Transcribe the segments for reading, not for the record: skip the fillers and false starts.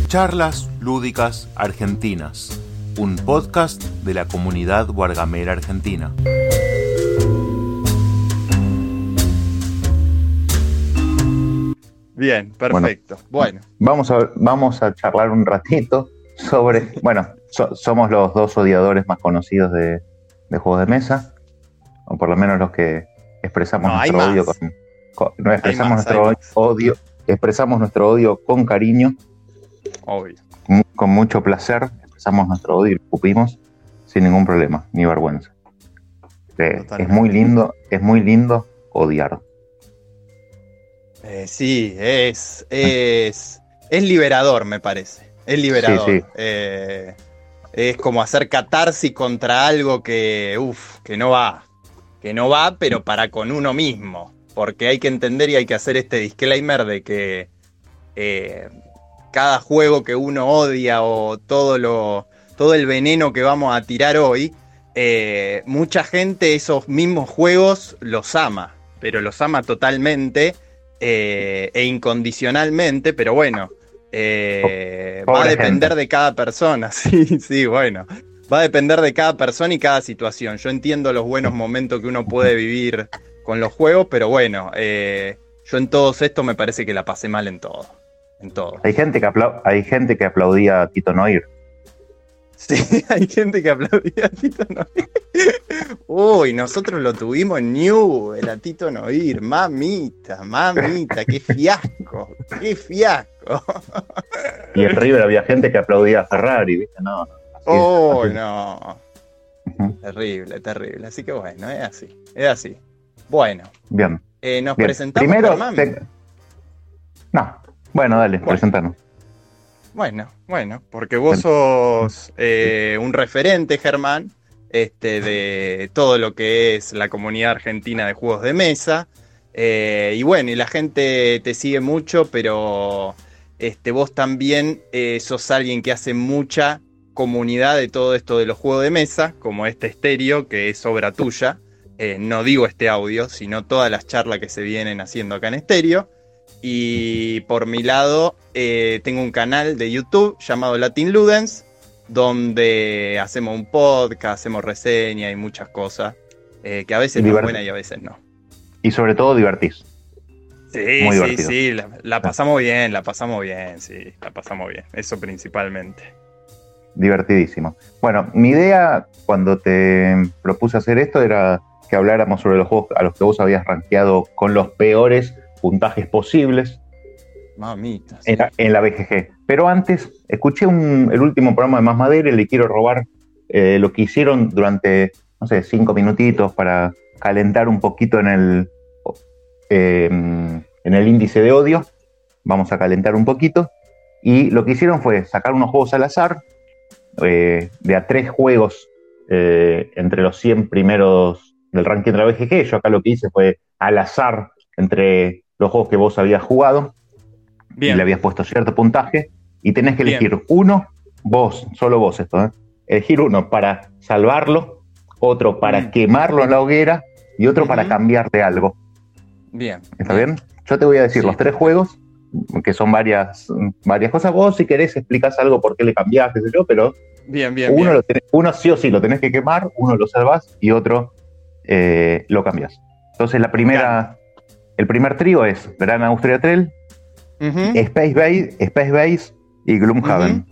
Charlas Lúdicas Argentinas, un podcast de la comunidad wargamera argentina. Bien, perfecto. Bueno. Vamos a charlar un ratito sobre... somos los dos odiadores más conocidos de juegos de mesa, o por lo menos los que expresamos nuestro odio expresamos nuestro odio con cariño. Obvio. Con mucho placer expresamos nuestro odio y lo escupimos sin ningún problema ni vergüenza. Es muy lindo odiar. Sí, es liberador, me parece. Es liberador. Sí. Es como hacer catarsis contra algo que no va, pero para con uno mismo. Porque hay que entender y hay que hacer este disclaimer de que cada juego que uno odia o todo el veneno que vamos a tirar hoy, mucha gente esos mismos juegos los ama, pero los ama totalmente e incondicionalmente, pero bueno, va a depender de cada persona. Sí, bueno, va a depender de cada persona y cada situación. Yo entiendo los buenos momentos que uno puede vivir con los juegos, pero bueno, yo en todos estos me parece que la pasé mal en todo. Hay gente que aplaudía a Tito Noir. Sí, hay gente que aplaudía a Tito Noir. Uy, nosotros lo tuvimos en New, el a Tito Noir. Mamita, qué fiasco. Y en River había gente que aplaudía a Ferrari, ¿viste? No. No. Terrible. Así que bueno, es así. Bueno. Bien. Nos presentamos. Primero, dale, bueno. Presentanos. Bueno, porque vos sos un referente, Germán, de todo lo que es la comunidad argentina de juegos de mesa. Y la gente te sigue mucho, pero vos también sos alguien que hace mucha comunidad de todo esto de los juegos de mesa, como este estéreo, que es obra tuya. No digo este audio, sino todas las charlas que se vienen haciendo acá en estéreo. Y por mi lado, tengo un canal de YouTube llamado Latin Ludens, donde hacemos un podcast, hacemos reseña y muchas cosas, que a veces son buenas y a veces no. Y sobre todo divertís. Sí, la pasamos bien, eso principalmente. Divertidísimo. Bueno, mi idea cuando te propuse hacer esto era que habláramos sobre los juegos a los que vos habías rankeado con los peores puntajes posibles. Mamita. Sí. En la BGG. Pero antes, escuché el último programa de Más Madera y le quiero robar lo que hicieron durante, 5 minutitos para calentar un poquito en el índice de odio. Vamos a calentar un poquito. Y lo que hicieron fue sacar unos juegos al azar, de a 3 juegos entre los 100 primeros del ranking de la BGG. Yo acá lo que hice fue al azar entre los juegos que vos habías jugado. Bien. Y le habías puesto cierto puntaje y tenés que elegir uno, solo vos esto, elegir uno para salvarlo, otro para quemarlo en la hoguera y otro para cambiarle algo. Bien. ¿Está bien? Yo te voy a decir los 3 juegos, que son varias cosas. Vos, si querés, explicás algo por qué le cambiás, qué sé yo, pero uno sí o sí lo tenés que quemar, uno lo salvás y otro lo cambiás. Entonces el primer trío es Gran Austria Trail, Space Base y Gloomhaven.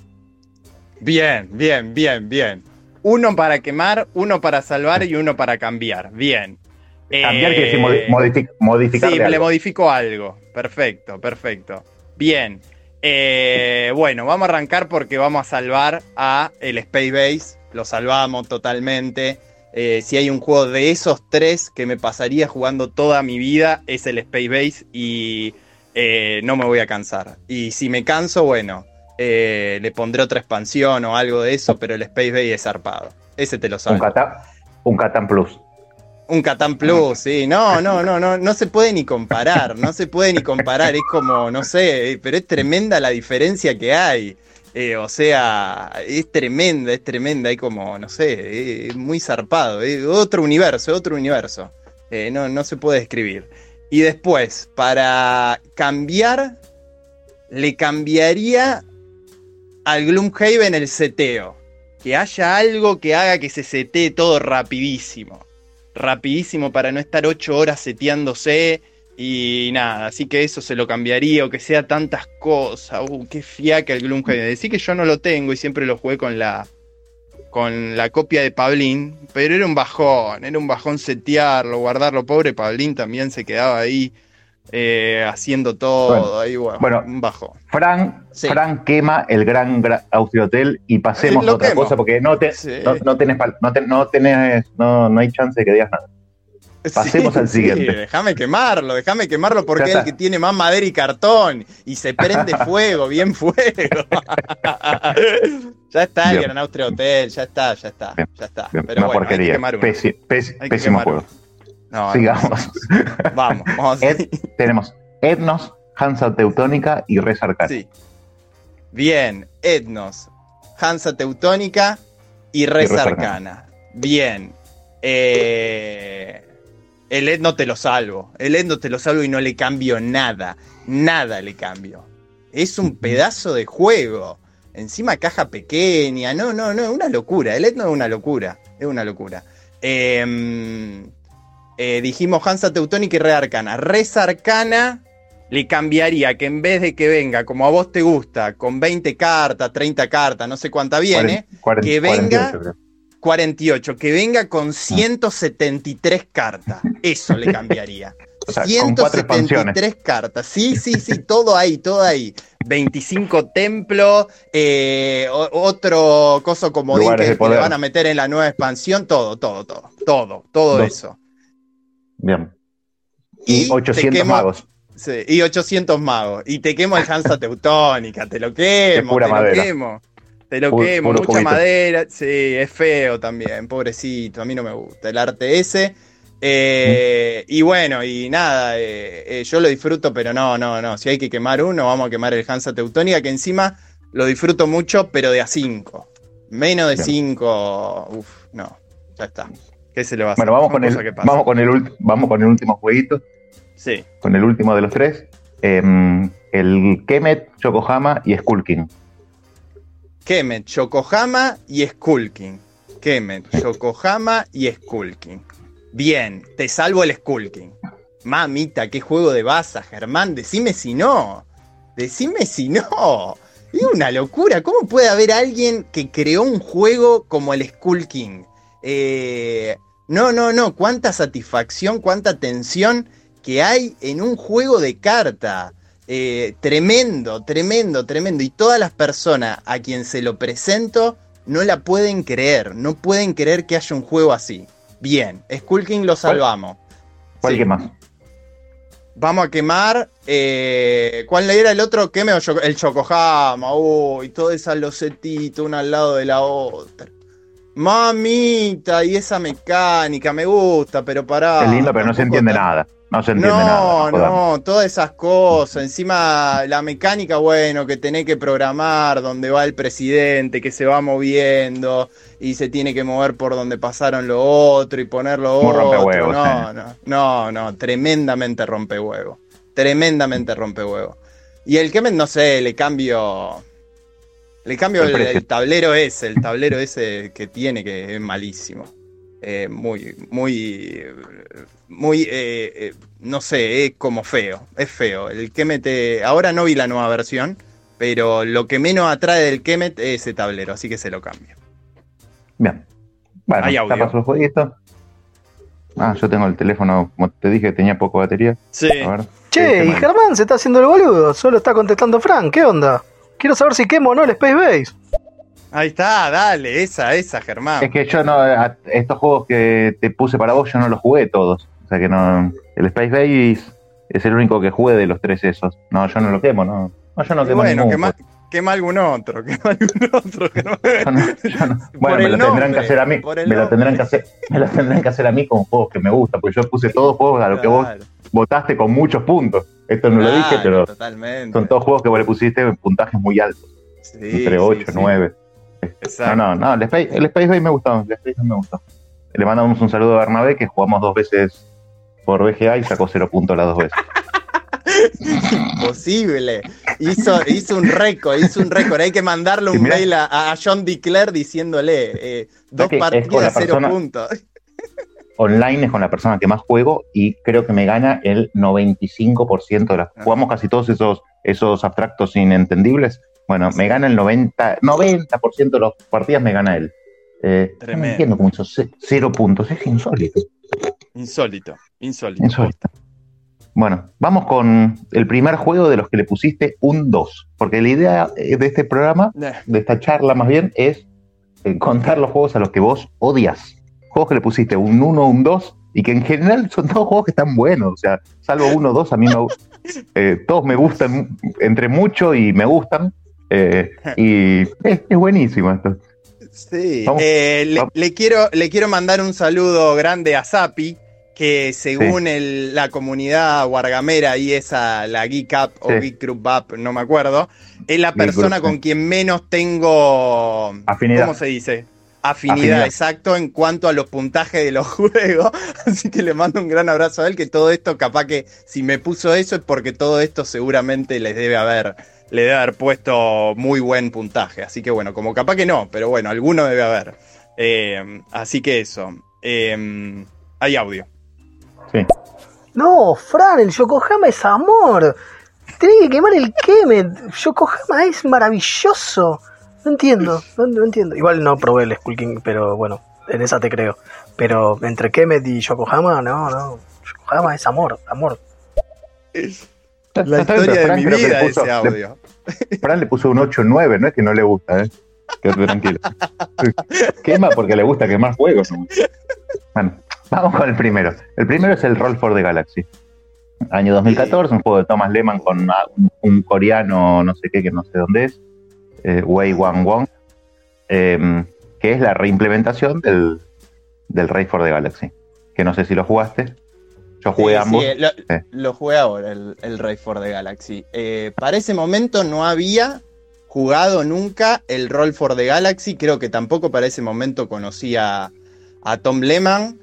Bien. Uno para quemar, uno para salvar y uno para cambiar. Bien. Cambiar quiere decir modificar. Sí, le modifico algo. Perfecto. Bien. Vamos a arrancar porque vamos a salvar a el Space Base. Lo salvamos totalmente. Si hay un juego de esos 3 que me pasaría jugando toda mi vida, es el Space Base y no me voy a cansar. Y si me canso, le pondré otra expansión o algo de eso, pero el Space Base es zarpado. Ese te lo salvo. Un Catán Plus. Un Catán Plus, sí. No se puede ni comparar. Es como, pero es tremenda la diferencia que hay. Es tremenda, hay como, es muy zarpado, otro universo, no se puede describir. Y después, para cambiar, le cambiaría al Gloomhaven el seteo. Que haya algo que haga que se setee todo rapidísimo. Rapidísimo para no estar 8 horas seteándose y nada. Así que eso se lo cambiaría, o que sea tantas cosas. Qué fiaca el Gloomhaven. Decir que yo no lo tengo y siempre lo jugué con la copia de Pablín, pero era un bajón setearlo, guardarlo. Pobre Pablín también se quedaba ahí haciendo todo, ahí bueno, un bajón. Fran quema el Gran Austria Hotel y pasemos a otra cosa porque no hay chance de que digas nada. Pasemos al siguiente. Déjame quemarlo porque es el que tiene más madera y cartón y se prende fuego, bien fuego. Ya está el Gran Austria Hotel, ya está. Bien, Pero una bueno, porquería, pésimo juego. No, sigamos. Vamos. Tenemos Etnos, Hansa Teutónica y Res Arcana. Sí. Bien, Etnos, Hansa Teutónica y Res Arcana. Bien. El Etno te lo salvo y no le cambio nada. Nada le cambio. Es un pedazo de juego. Encima caja pequeña. No, es una locura. El Etno es una locura. Dijimos Hansa Teutónica y Res Arcana. Res Arcana le cambiaría que en vez de que venga como a vos te gusta, con 20 cartas, 30 cartas, no sé cuánta viene, que venga 48, que venga con 173 cartas. Eso le cambiaría. O sea, 173 cartas. Sí, todo ahí. 25 templos, otro coso comodín que le van a meter en la nueva expansión, todo eso. Bien. Y 800 magos. Sí, y 800 magos. Y te quemo el Hansa Teutónica, te lo quemo, Te lo quemo, mucha cubito. Madera. Sí, es feo también, pobrecito, a mí no me gusta el arte ese. Y bueno, y nada, yo lo disfruto, pero no. Si hay que quemar uno, vamos a quemar el Hansa Teutónica, que encima lo disfruto mucho, pero de a 5. Menos de 5, no, ya está. ¿Qué se le va a hacer? Bueno, vamos con el último jueguito. Sí. Con el último de los tres. El Kemet, Yokohama y Skull King. Kemet, Yokohama y Skull King. Yokohama y Skull King. Bien, te salvo el Skull King. Mamita, qué juego de baza, Germán. Decime si no. Es una locura. ¿Cómo puede haber alguien que creó un juego como el Skull King? No. Cuánta satisfacción, cuánta tensión que hay en un juego de carta. Tremendo. Y todas las personas a quien se lo presento no la pueden creer. No pueden creer que haya un juego así. Bien, Skull King lo salvamos. ¿Cuál quemás? Vamos a quemar. ¿Cuál era el otro? El Yokohama. Y toda esa losetita una al lado de la otra. Mamita, y esa mecánica me gusta, pero pará. Es lindo, pero no se entiende nada. No, todas esas cosas. Encima la mecánica, bueno, que tenés que programar donde va el presidente, que se va moviendo y se tiene que mover por donde pasaron lo otro y poner lo otro. No, tremendamente rompehuevo. Y el Kemet, no sé, le cambio el tablero ese que tiene, que es malísimo. No sé, es como feo, es feo. El Kemet, ahora no vi la nueva versión, pero lo que menos atrae del Kemet es ese tablero, así que se lo cambio. Bien. Bueno, ya pasó el jueguito. Yo tengo el teléfono, como te dije, tenía poca batería. Sí. A ver, che, y Germán se está haciendo el boludo, solo está contestando Frank, ¿qué onda? Quiero saber si quemo o no el Space Base. Ahí está, dale, esa, Germán. Es que yo no, estos juegos que te puse para vos, yo no los jugué todos. O sea que no, el Space Base es el único que jugué de los tres esos. No, yo no lo quemo, no. No, yo no quemo ningún. Quema algún otro. Bueno, me lo tendrán que hacer a mí. Me lo tendrán que hacer a mí con juegos que me gustan, porque yo puse todos juegos a los que vos votaste con muchos puntos. Esto no lo dije, pero totalmente. Son todos juegos que vos le pusiste puntajes muy altos. Sí, entre 8 y 9. Exacto. No, el Space Base me gustó. Le mandamos un saludo a Bernabé, que jugamos 2 veces por VGA y sacó 0 puntos las 2 veces. hizo un récord. Hay que mandarle un mail a John DeClair diciéndole 2 partidas, 0 puntos. Online es con la persona que más juego y creo que me gana el 95% de las... Jugamos casi todos esos abstractos inentendibles. Bueno, me gana el 90% de las partidas me gana él. No entiendo cómo hizo 0 puntos, es insólito. Insólito. Bueno, vamos con el primer juego de los que le pusiste un 2, porque la idea de este programa, de esta charla más bien, es contar los juegos a los que vos odias. Juegos que le pusiste un 1 o un 2, y que en general son todos juegos que están buenos, o sea, salvo 1 o 2, a mí todos me gustan, entre mucho y me gustan, y es buenísimo esto. Sí, le quiero mandar un saludo grande a Zapi, que según la comunidad wargamera, y la Geek Up o Geek Group Up, no me acuerdo, es la persona con quien menos tengo afinidad. ¿Cómo se dice? Afinidad, exacto, en cuanto a los puntajes de los juegos. Así que le mando un gran abrazo a él, que todo esto, capaz que si me puso eso es porque todo esto seguramente le debe haber puesto muy buen puntaje. Así que bueno, como capaz que no, pero bueno, alguno debe haber. Así que eso. Hay audio. Sí. No, Fran, el Yokohama es amor. Tenés que quemar el Kemet. Yokohama es maravilloso. No entiendo. Igual no probé el Skull King, pero bueno, en esa te creo. Pero entre Kemet y Yokohama, no. Yokohama es amor. La historia de mi vida, ese audio. Fran le puso un 8-9, no es que no le gusta, Quédate tranquilo. Quema porque le gusta quemar juegos. Bueno, vamos con el primero. El primero es el Roll for the Galaxy. Año 2014, un juego de Thomas Lehmann con un coreano, no sé qué, que no sé dónde es, Wei Wang Wong, que es la reimplementación del Raid for the Galaxy. Que no sé si lo jugaste. Yo jugué ambos. Lo jugué ahora, el Raid for the Galaxy. Para ese momento no había jugado nunca el Roll for the Galaxy. Creo que tampoco para ese momento conocía a Tom Lehmann.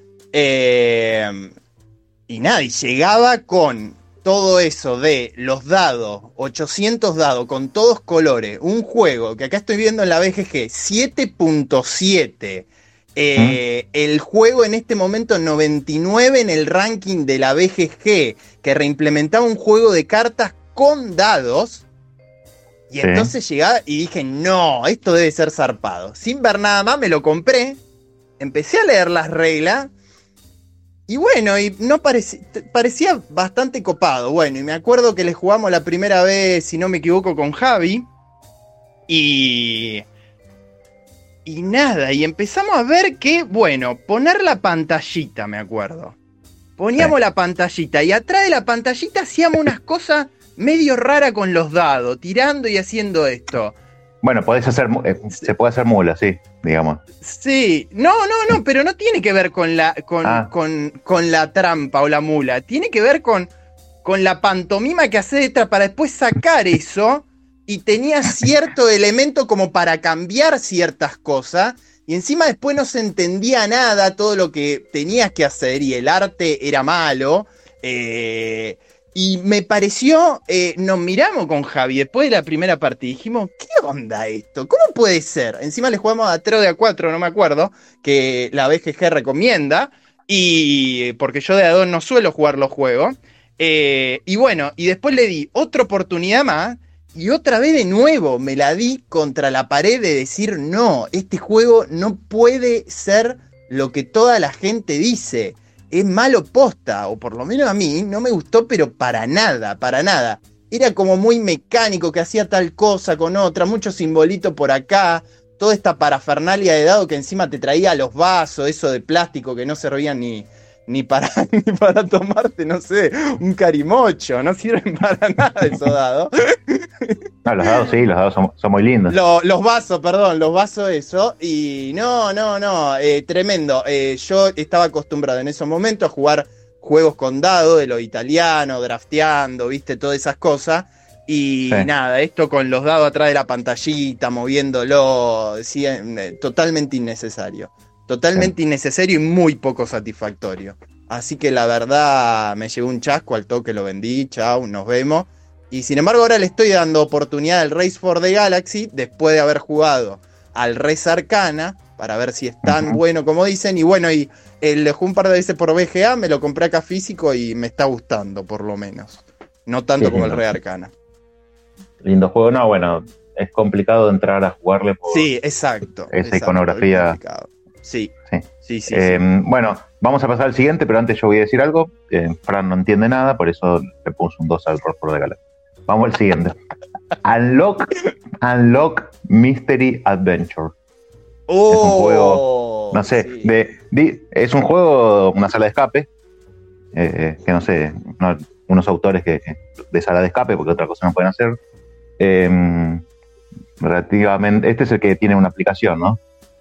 Y nada, y llegaba con todo eso de los dados, 800 dados con todos colores, un juego que acá estoy viendo en la BGG, 7.7. El juego en este momento 99 en el ranking de la BGG, que reimplementaba un juego de cartas con dados. Y entonces llegaba y dije, no, esto debe ser zarpado. Sin ver nada más, me lo compré, empecé a leer las reglas. Y bueno, y no parecía bastante copado. Bueno, y me acuerdo que le jugamos la primera vez, si no me equivoco, con Javi. Y nada, y empezamos a ver que, bueno, poner la pantallita, me acuerdo. Poníamos la pantallita y atrás de la pantallita hacíamos unas cosas medio raras con los dados, tirando y haciendo esto. Bueno, se puede hacer mula, sí, digamos. Sí, no, pero no tiene que ver con la trampa o la mula. Tiene que ver con la pantomima que hace detrás para después sacar eso. Y tenía cierto elemento como para cambiar ciertas cosas. Y encima después no se entendía nada, todo lo que tenías que hacer. Y el arte era malo. Y me pareció, nos miramos con Javi después de la primera partida y dijimos, ¿qué onda esto? ¿Cómo puede ser? Encima le jugamos a 3 o de a 4, no me acuerdo, que la BGG recomienda, y porque yo de a 2 no suelo jugar los juegos. Y bueno, y después le di otra oportunidad más, y otra vez de nuevo me la di contra la pared de decir, no, este juego no puede ser lo que toda la gente dice. Es malo posta, o por lo menos a mí no me gustó, pero para nada. Era como muy mecánico, que hacía tal cosa con otra, mucho simbolito por acá, toda esta parafernalia de dado que encima te traía los vasos, eso de plástico que no servían ni para tomarte, no sé, un carimocho, no sirven para nada esos dados. No, los dados sí, los dados son muy lindos. Los vasos eso, y no, tremendo. Yo estaba acostumbrado en esos momentos a jugar juegos con dados, de lo italiano, drafteando, viste, todas esas cosas, y nada, esto con los dados atrás de la pantallita, moviéndolo, sí, totalmente innecesario. Totalmente innecesario y muy poco satisfactorio. Así que la verdad me llevé un chasco, al toque lo vendí, chau, nos vemos. Y sin embargo ahora le estoy dando oportunidad al Race for the Galaxy después de haber jugado al Res Arcana para ver si es tan bueno como dicen. Y bueno, y le jugué un par de veces por VGA, me lo compré acá físico y me está gustando por lo menos. No tanto como el Res Arcana. Lindo juego, no, bueno, es complicado entrar a jugarle por sí, exacto. Esa iconografía. Sí. Sí. Bueno, vamos a pasar al siguiente, pero antes yo voy a decir algo. Fran no entiende nada, por eso le puso un 2 al Roll for the Galaxy. Vamos al siguiente. Unlock Mystery Adventure. Es un juego, no sé, es un juego, una sala de escape, que no sé, unos autores de sala de escape, porque otra cosa no pueden hacer. Relativamente, este es el que tiene una aplicación, ¿no?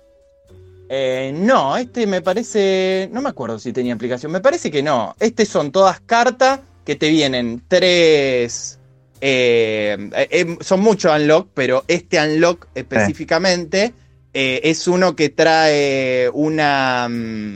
No, este me parece, no me acuerdo si tenía aplicación, me parece que no. Este son todas cartas que te vienen 3... son muchos unlock, pero este unlock específicamente es uno que trae una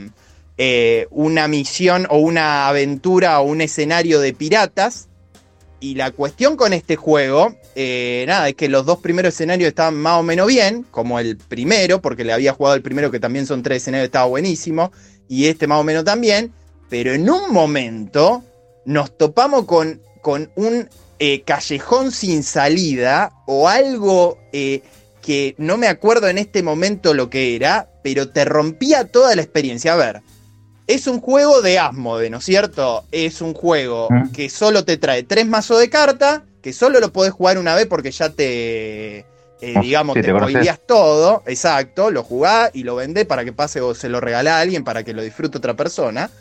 misión o una aventura o un escenario de piratas. Y la cuestión con este juego, es que los 2 primeros escenarios estaban más o menos bien, como el primero, porque le había jugado el primero que también son 3 escenarios, estaba buenísimo, y este más o menos también, pero en un momento nos topamos con un callejón sin salida o algo que no me acuerdo en este momento lo que era, pero te rompía toda la experiencia. A ver, es un juego de Asmodee, ¿no es cierto? Es un juego que solo te trae 3 mazos de carta, que solo lo podés jugar una vez porque ya te spoileás todo. Exacto, lo jugás y lo vendés para que pase o se lo regalás a alguien para que lo disfrute otra persona.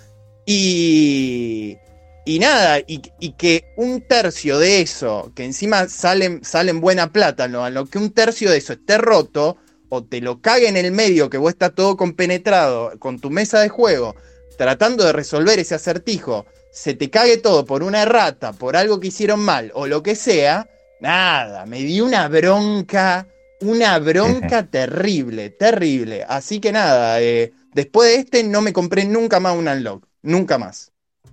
Y nada, y que un tercio de eso, que encima salen buena plata, ¿no? A lo que un tercio de eso esté roto, o te lo cague en el medio, que vos estás todo compenetrado con tu mesa de juego, tratando de resolver ese acertijo, se te cague todo por una errata, por algo que hicieron mal, o lo que sea, nada, me dio una bronca terrible. Así que nada, después de este no me compré nunca más un Unlock, nunca más.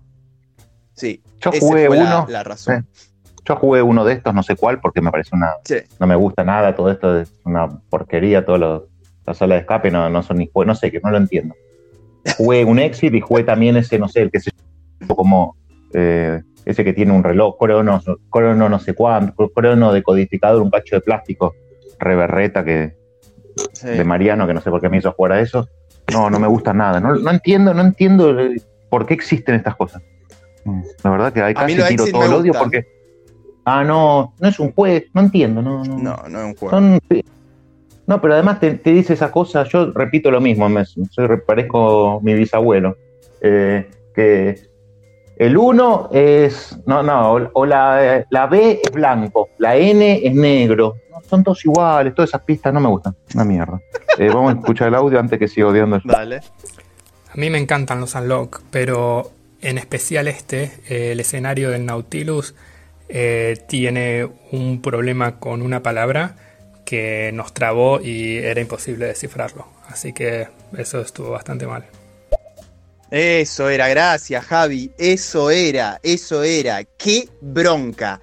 Sí, yo jugué uno, la razón. Yo jugué uno de estos, no sé cuál, porque me parece no me gusta nada, todo esto es una porquería, las salas de escape no son ni juegos, no sé, que no lo entiendo. Jugué un Exit y jugué también ese, no sé, el que se como ese que tiene un reloj, crono no sé cuánto, crono decodificador, un cacho de plástico, reberreta de Mariano, que no sé por qué me hizo jugar a eso. No me gusta nada, no entiendo por qué existen estas cosas. La verdad que hay casi tiro todo el odio porque no es un juego, no entiendo, no es un juego. No, pero además te dice esa cosa, yo repito lo mismo, parezco mi bisabuelo, que el 1 es, o la B es blanco, la N es negro, son todos iguales, todas esas pistas no me gustan, una mierda. Vamos a escuchar el audio antes que siga odiando eso. Dale. A mí me encantan los Unlock, pero en especial el escenario del Nautilus tiene un problema con una palabra que nos trabó y era imposible descifrarlo. Así que eso estuvo bastante mal. Eso era, gracias Javi, eso era. Qué bronca.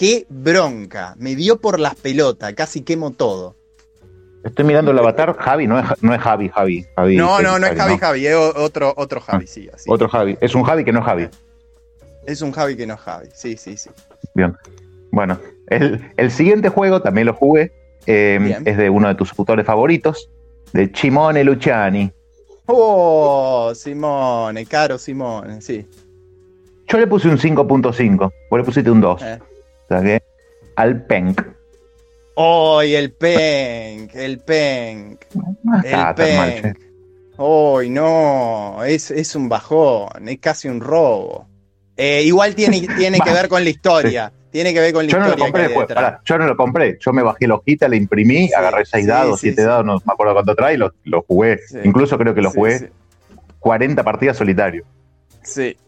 Me dio por las pelotas, casi quemo todo. Estoy mirando el avatar, Javi, no es Javi. No es Javi, es otro Javi, sí. Así. Otro Javi, es un Javi que no es Javi. Es un Javi que no es Javi, sí. Bien, bueno, el siguiente juego también lo jugué, es de uno de tus autores favoritos, de Simone Luciani. Oh, Simone, caro Simone, sí. Yo le puse un 5.5, vos le pusiste un 2. O sea que, al Penk. ¡Oh, y el Penk! No está tan mal, che. ¡Oh, no! Es un bajón, es casi un robo. Igual tiene que ver con la historia. Sí. Tiene que ver con la historia. Yo no lo compré. Yo me bajé la hojita, la imprimí, agarré 6 dados, 7 dados, no me acuerdo cuánto trae, y lo jugué. Sí. Incluso creo que lo jugué 40 partidas solitario. Sí.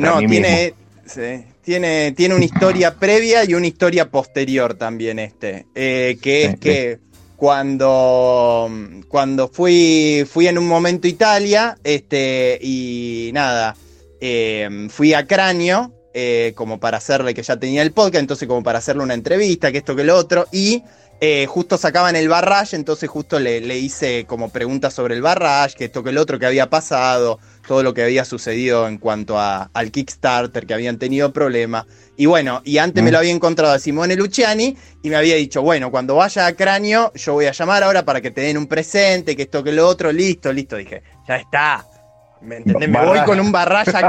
Tiene una historia previa y una historia posterior también que cuando fui en un momento a Italia, y nada, fui a Cráneo, como para hacerle, que ya tenía el podcast, entonces como para hacerle una entrevista, que esto, que lo otro, y justo sacaban el barrage, entonces justo le hice como preguntas sobre el barrage, que esto, que lo otro, que había pasado, todo lo que había sucedido en cuanto al Kickstarter, que habían tenido problemas. Y bueno, y antes me lo había encontrado a Simone Luciani y me había dicho, bueno, cuando vaya a Cráneo, yo voy a llamar ahora para que te den un presente, que esto, que lo otro, listo. Dije, ya está. ¿Me entendés? Me voy con un barrage a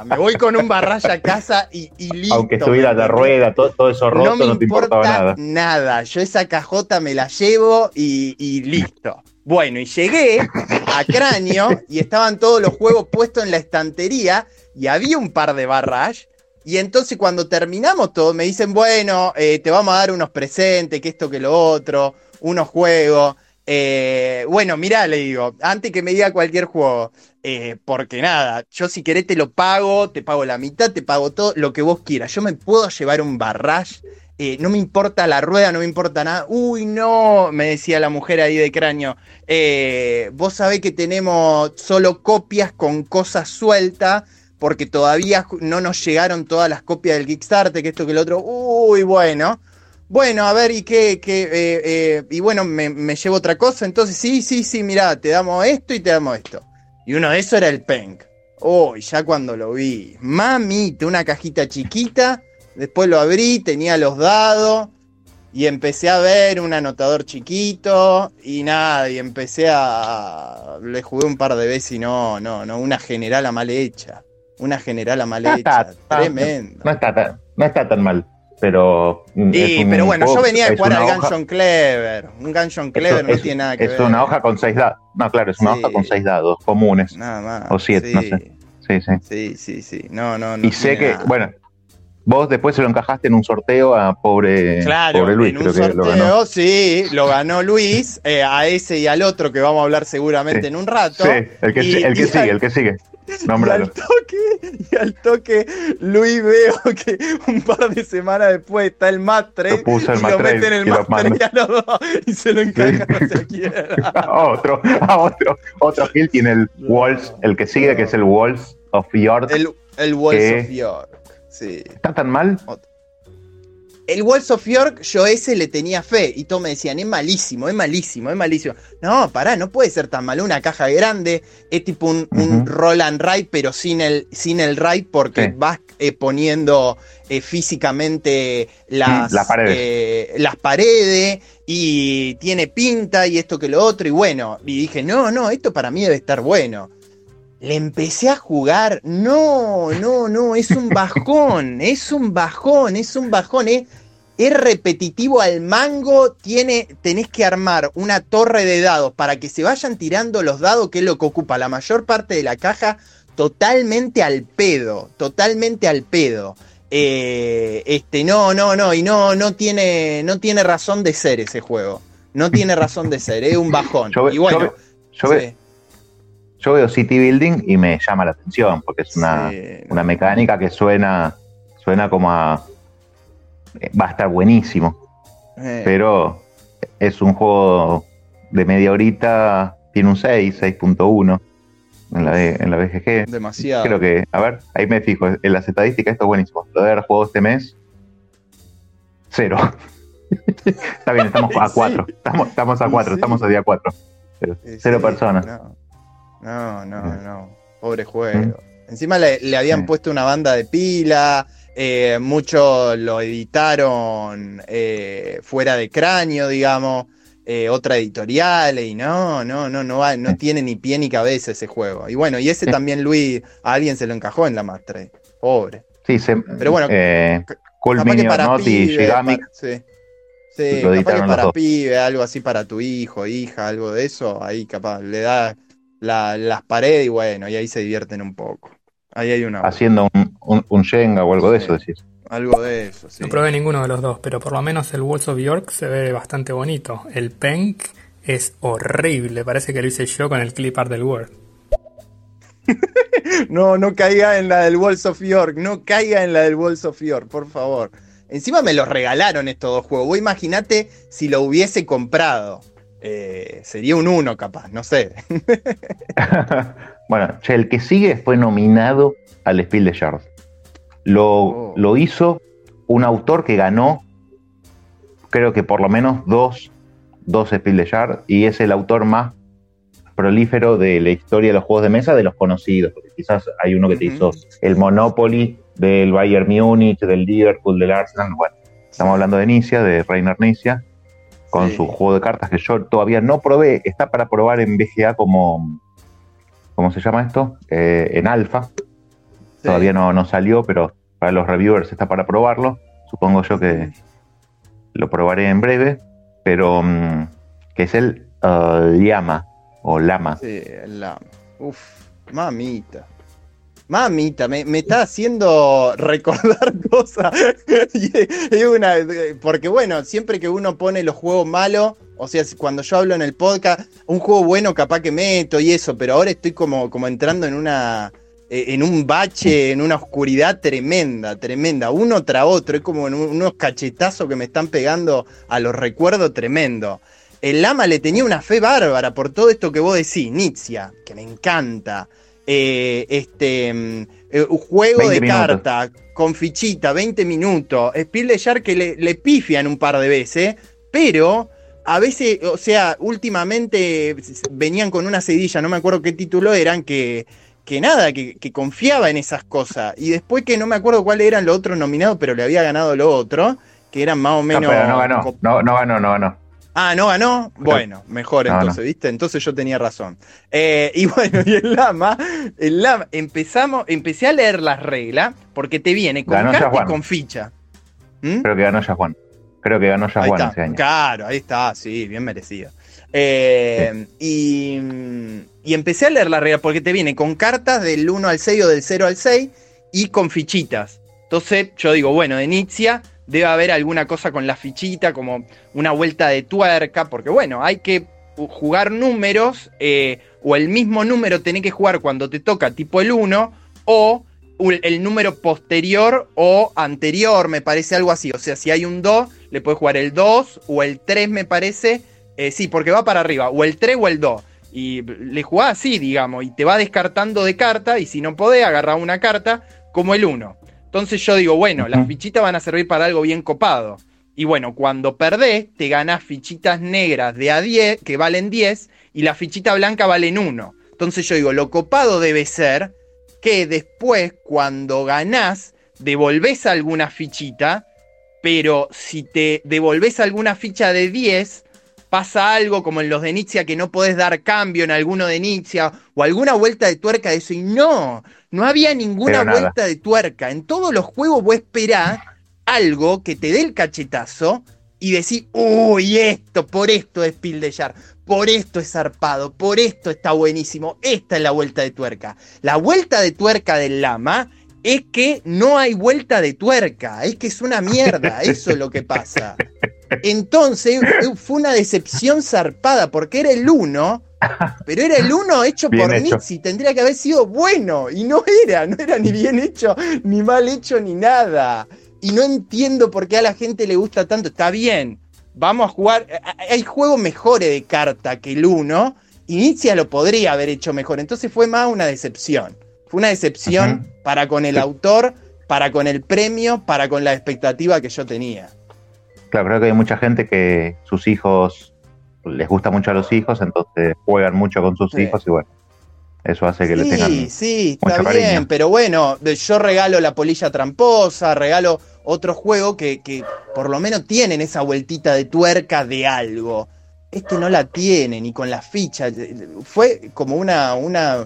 casa. Y listo. Aunque estuviera la rueda, todo eso roto, no te importaba nada. Yo esa cajota me la llevo y listo. Bueno, y llegué a Cráneo y estaban todos los juegos puestos en la estantería y había un par de barrage. Y entonces cuando terminamos todo me dicen, bueno, te vamos a dar unos presentes, que esto, que lo otro, unos juegos. Bueno, mirá, le digo, antes que me diga cualquier juego, porque nada, yo si querés te lo pago, te pago la mitad, te pago todo, lo que vos quieras. Yo me puedo llevar un barrage, no me importa la rueda, no me importa nada. Uy, no, me decía la mujer ahí de Cráneo, vos sabés que tenemos solo copias con cosas sueltas, porque todavía no nos llegaron todas las copias del Kickstarter, que esto, que lo otro. Uy, bueno, a ver, ¿y qué? Y bueno, me llevo otra cosa, entonces sí, mirá, te damos esto y te damos esto. Y uno de esos era el Penk. Uy, ya cuando lo vi, mamita, una cajita chiquita, después lo abrí, tenía los dados, y empecé a ver un anotador chiquito, y nada, y le jugué un par de veces y no, una generala mal hecha. Tremendo. No está tan mal, pero. Pero bueno, yo venía de jugar al Gungeon Clever. Un Gungeon Clever no tiene nada que ver. Es una hoja con 6 dados. No, claro, es una hoja con 6 dados comunes. Nada más. O 7, no sé. Sí. No. Y sé que, nada. Bueno, vos después se lo encajaste en un sorteo a pobre Luis. En un sorteo, sí, lo ganó Luis, a ese y al otro que vamos a hablar seguramente en un rato. Sí, el que sigue. Nómbralo. Y al toque, Luis, veo que un par de semanas después está el Matre. Lo meten en el Matre y a los dos y se lo encajan no sé quién. Otro Gil tiene el Walls, el que sigue, que es el Walls of York. El Walls of York, sí. ¿Está tan mal? El Walls of York, yo ese le tenía fe, y todos me decían, es malísimo. No, pará, no puede ser tan malo, una caja grande, es tipo un roll and ride, pero sin el ride, porque vas poniendo físicamente las paredes, y tiene pinta, y esto que lo otro, y bueno, y dije, no, esto para mí debe estar bueno. Le empecé a jugar, no, es un bajón, es repetitivo al mango, tenés que armar una torre de dados para que se vayan tirando los dados, que es lo que ocupa la mayor parte de la caja, totalmente al pedo. Y no tiene razón de ser ese juego, es un bajón. Yo veo City Building y me llama la atención, porque es una mecánica que suena como a... Va a estar buenísimo. Pero es un juego de media horita, tiene un 6.1 en la BGG. Demasiado. Creo que, a ver, ahí me fijo, en las estadísticas esto es buenísimo. Lo de haber jugado este mes, 0. Está bien, estamos a 4. Estamos a 4, estamos a día 4. 0 personas. No. Pobre juego. Encima le habían puesto una banda de pila. Muchos lo editaron fuera de Cráneo, digamos. Otra editorial. Y no tiene ni pie ni cabeza ese juego. Y bueno, y ese también, Luis, a alguien se lo encajó en la Master. Pobre. Sí, pero bueno, Cool Minion Not y Shigami. Sí, capaz que para pibe, algo así para tu hijo, hija, algo de eso. Ahí capaz le da las paredes y bueno, y ahí se divierten un poco. Ahí hay una... Haciendo un Jenga o algo de eso, decís. Algo de eso, sí. No probé ninguno de los dos, pero por lo menos el Walls of York se ve bastante bonito. El Penk es horrible, parece que lo hice yo con el clip art del Word. No caiga en la del Walls of York, por favor. Encima me los regalaron estos dos juegos. Vos imaginate si lo hubiese comprado. Sería un 1 capaz, no sé. Bueno, el que sigue fue nominado al Spiel des Jahres. Lo hizo un autor que ganó, creo que por lo menos dos Spiel des Jahres, y es el autor más prolífero de la historia de los juegos de mesa, de los conocidos, porque quizás hay uno que te hizo el Monopoly del Bayern Múnich, del Liverpool, del Arsenal. Bueno, estamos hablando de Knizia, de Reiner Knizia, con su juego de cartas que yo todavía no probé. Está para probar en BGA como, ¿cómo se llama esto? En alfa. Todavía no salió, pero para los reviewers está para probarlo. Supongo yo que lo probaré en breve, pero que es el Llama o Lama. Sí, el Lama. Uf, mamita. Mamita, me está haciendo recordar cosas. Porque bueno, siempre que uno pone los juegos malos, o sea, cuando yo hablo en el podcast, un juego bueno capaz que meto y eso, pero ahora estoy como entrando en un bache, en una oscuridad tremenda, uno tras otro, es como unos cachetazos que me están pegando a los recuerdos tremendo. El Lama le tenía una fe bárbara por todo esto que vos decís, Knizia, que me encanta. Un juego de carta con fichita, 20 minutos. Spiel des Jahres que le pifian un par de veces, pero a veces, o sea, últimamente venían con una sedilla, no me acuerdo qué título eran, que confiaba en esas cosas. Y después que no me acuerdo cuáles eran los otros nominados, pero le había ganado lo otro, que eran más o menos. No, pero no ganó. Ah, ¿no ganó? Bueno, mejor entonces, ¿viste? Entonces yo tenía razón. Y bueno, y el Lama, empecé a leer las reglas, porque te viene con carta y con ficha. Creo que ganó ya Juan. Ese año. Claro, ahí está, sí, bien merecido. Y empecé a leer las reglas, porque te viene con cartas del 1 al 6 o del 0 al 6, y con fichitas. Entonces yo digo, bueno, de Knizia debe haber alguna cosa con la fichita, como una vuelta de tuerca, porque bueno, hay que jugar números, o el mismo número tenés que jugar cuando te toca tipo el 1, o el número posterior o anterior, me parece algo así. O sea, si hay un 2, le puedes jugar el 2 o el 3, me parece. Sí, porque va para arriba, o el 3 o el 2. Y le jugás así, digamos, y te va descartando de carta, y si no podés, agarrar una carta como el 1. Entonces yo digo, bueno, las fichitas van a servir para algo bien copado. Y bueno, cuando perdés, te ganás fichitas negras de A10, que valen 10, y la fichita blanca valen 1. Entonces yo digo, lo copado debe ser que después, cuando ganás, devolvés alguna fichita, pero si te devolvés alguna ficha de 10, pasa algo como en los de Knizia, que no podés dar cambio en alguno de Knizia, o alguna vuelta de tuerca de eso, y no había ninguna vuelta de tuerca. En todos los juegos vos esperás algo que te dé el cachetazo y decís, uy, por esto es Spiel des Jahres, por esto es zarpado, por esto está buenísimo, esta es la vuelta de tuerca. La vuelta de tuerca del Lama es que no hay vuelta de tuerca, es que es una mierda, eso es lo que pasa. Entonces fue una decepción zarpada, porque era el 1, pero era el 1 hecho por Knizia, tendría que haber sido bueno, y no era ni bien hecho, ni mal hecho, ni nada. Y no entiendo por qué a la gente le gusta tanto. Está bien, vamos a jugar, hay juegos mejores de carta que el 1, y Knizia lo podría haber hecho mejor, entonces fue más una decepción. Fue una decepción para con el autor, para con el premio, para con la expectativa que yo tenía. Claro, creo que hay mucha gente que sus hijos, les gusta mucho a los hijos, entonces juegan mucho con sus hijos y bueno, eso hace que le tengan está mucho bien, cariño. Pero bueno, yo regalo la polilla tramposa, regalo otro juego que por lo menos tienen esa vueltita de tuerca de algo. Este no la tiene, ni con las fichas. Fue como una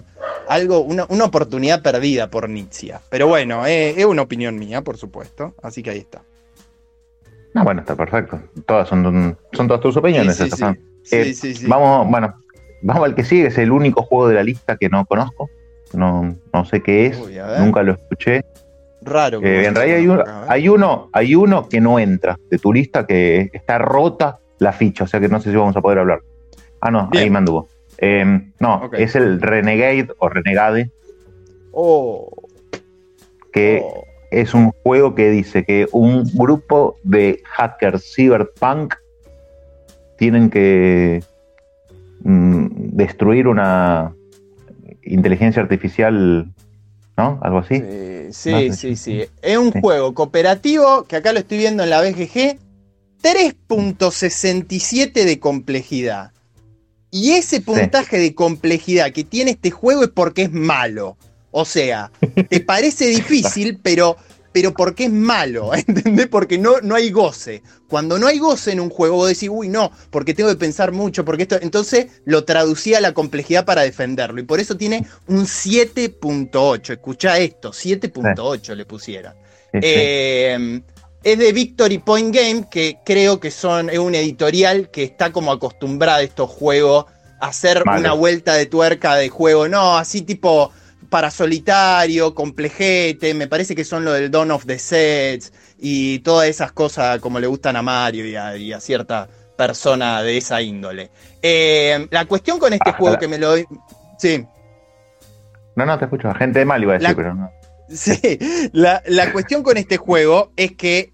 oportunidad perdida por Knizia. Pero bueno, es una opinión mía, por supuesto, así que ahí está. No, bueno, está perfecto. Son todas tus opiniones. Sí. Vamos al que sigue, es el único juego de la lista que no conozco. No sé qué es, nunca lo escuché. Raro. En realidad hay uno que no entra de tu lista, que está rota la ficha, o sea que no sé si vamos a poder hablar. Ah, no, bien. Ahí me anduvo. Es el Renegade o Renegade. Que es un juego que dice que un grupo de hackers cyberpunk tienen que destruir una inteligencia artificial, ¿no? Algo así. Sí. Es un juego cooperativo que acá lo estoy viendo en la BGG, 3.67 de complejidad. Y ese puntaje de complejidad que tiene este juego es porque es malo. O sea, te parece difícil, pero porque es malo, ¿entendés? Porque no hay goce. Cuando no hay goce en un juego, vos decís, uy, no, porque tengo que pensar mucho, porque esto. Entonces lo traducí a la complejidad para defenderlo. Y por eso tiene un 7.8. Escuchá esto, 7.8 le pusieron. Es de Victory Point Game, que creo que es un editorial que está como acostumbrado a estos juegos a hacer una vuelta de tuerca de juego. No, así tipo para solitario, complejete, me parece que son lo del Dawn of the Sets y todas esas cosas como le gustan a Mario y a cierta persona de esa índole. La cuestión con este juego que me lo... Sí. No, te escucho. Gente de mal iba a decir, pero no. Sí, la cuestión con este juego es que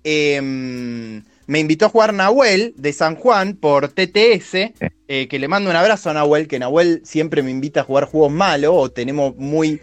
me invitó a jugar Nahuel de San Juan por TTS, que le mando un abrazo a Nahuel, que Nahuel siempre me invita a jugar juegos malos, o tenemos muy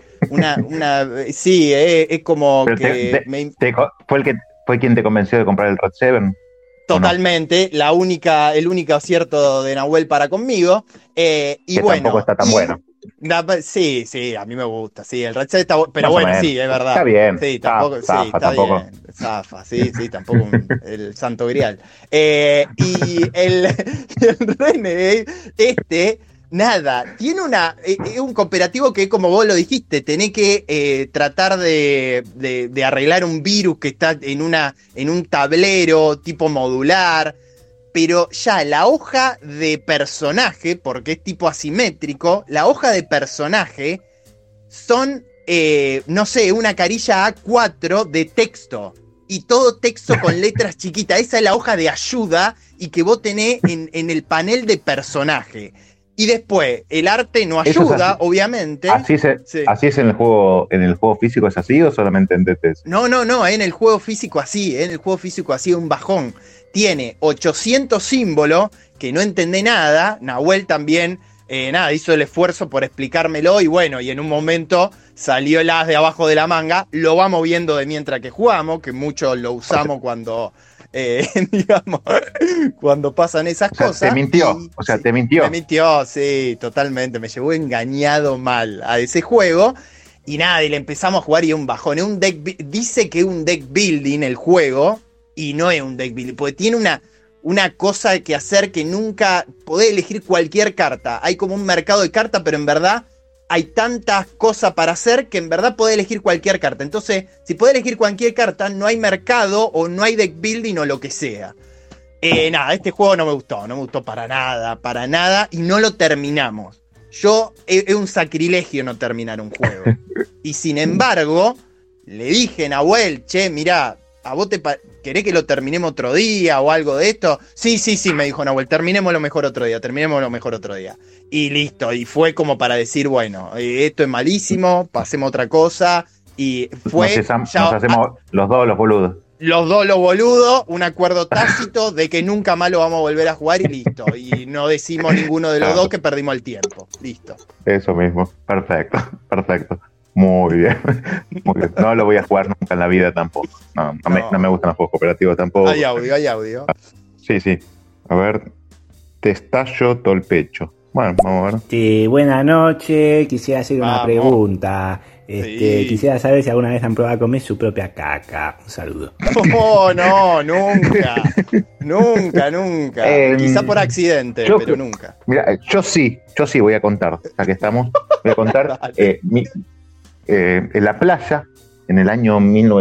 sí, es como pero que... ¿Fue quien te convenció de comprar el Red 7? Totalmente, no? El único acierto de Nahuel para conmigo, y que bueno... tampoco está tan bueno. Sí, a mí me gusta, sí, el Red 7 está bueno, pero más bueno, sí, es verdad. Está bien. Sí, tampoco, zafa, sí, está tampoco. Bien. Zafa, sí, tampoco el santo grial. Y el Renegade, nada, tiene es un cooperativo que, como vos lo dijiste, tenés que tratar de arreglar un virus que está en un tablero tipo modular. Pero ya la hoja de personaje, porque es tipo asimétrico, la hoja de personaje son, no sé, una carilla A4 de texto. Y todo texto con letras chiquitas. Esa es la hoja de ayuda y que vos tenés en el panel de personaje. Y después, el arte no ayuda, obviamente. ¿Así es en el juego físico? ¿Es así o solamente en TTS? No, en el juego físico así, un bajón. Tiene 800 símbolos que no entendé nada. Nahuel también, hizo el esfuerzo por explicármelo y bueno, y en un momento salió el as de abajo de la manga. Lo vamos viendo de mientras que jugamos, que muchos lo usamos cuando, cuando pasan esas cosas. Te mintió, te mintió. Me mintió, sí, totalmente. Me llevó engañado mal a ese juego. Y nada, y le empezamos a jugar y un bajón. Dice que es un deck building el juego. Y no es un deck building, porque tiene una cosa que hacer que nunca podés elegir cualquier carta. Hay como un mercado de cartas, pero en verdad hay tantas cosas para hacer que en verdad podés elegir cualquier carta. Entonces, si podés elegir cualquier carta, no hay mercado o no hay deck building o lo que sea. Este juego no me gustó para nada, y no lo terminamos. Es un sacrilegio no terminar un juego. Y sin embargo, le dije a Nahuel, che, mirá, ¿a vos querés que lo terminemos otro día o algo de esto? Sí, me dijo Nahuel, terminémoslo mejor otro día. Y listo, y fue como para decir, bueno, esto es malísimo, pasemos a otra cosa. Y fue... Nos hacemos los dos los boludos. Los dos los boludos, un acuerdo tácito de que nunca más lo vamos a volver a jugar y listo. Y no decimos ninguno de los dos que perdimos el tiempo. Listo. Eso mismo, perfecto. Muy bien. No lo voy a jugar nunca en la vida tampoco. No me gustan los juegos cooperativos tampoco. Hay audio. Sí. A ver, te estallo todo el pecho. Bueno, vamos a ver. Sí, buenas noches. Quisiera hacer una pregunta. Sí. Quisiera saber si alguna vez han probado a comer su propia caca. Un saludo. No, nunca. Nunca. Quizá por accidente, pero nunca. Mira, yo sí voy a contar. Ya que estamos, voy a contar. En la playa, en el año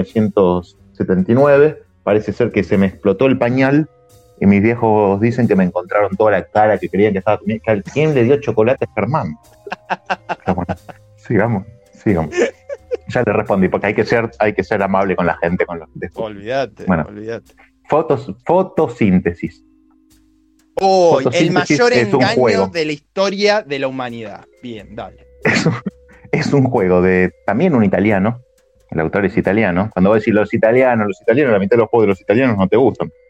1979, parece ser que se me explotó el pañal y mis viejos dicen que me encontraron toda la cara, que creían que estaba comiendo. ¿Quién le dio chocolate a Germán? Pero bueno, sigamos. Ya le respondí, porque hay que ser amable con la gente. Olvídate. Fotosíntesis. El mayor engaño de la historia de la humanidad. Bien, dale. Es un juego de también un italiano. El autor es italiano. Cuando vos decís los italianos, la mitad de los juegos de los italianos no te gustan.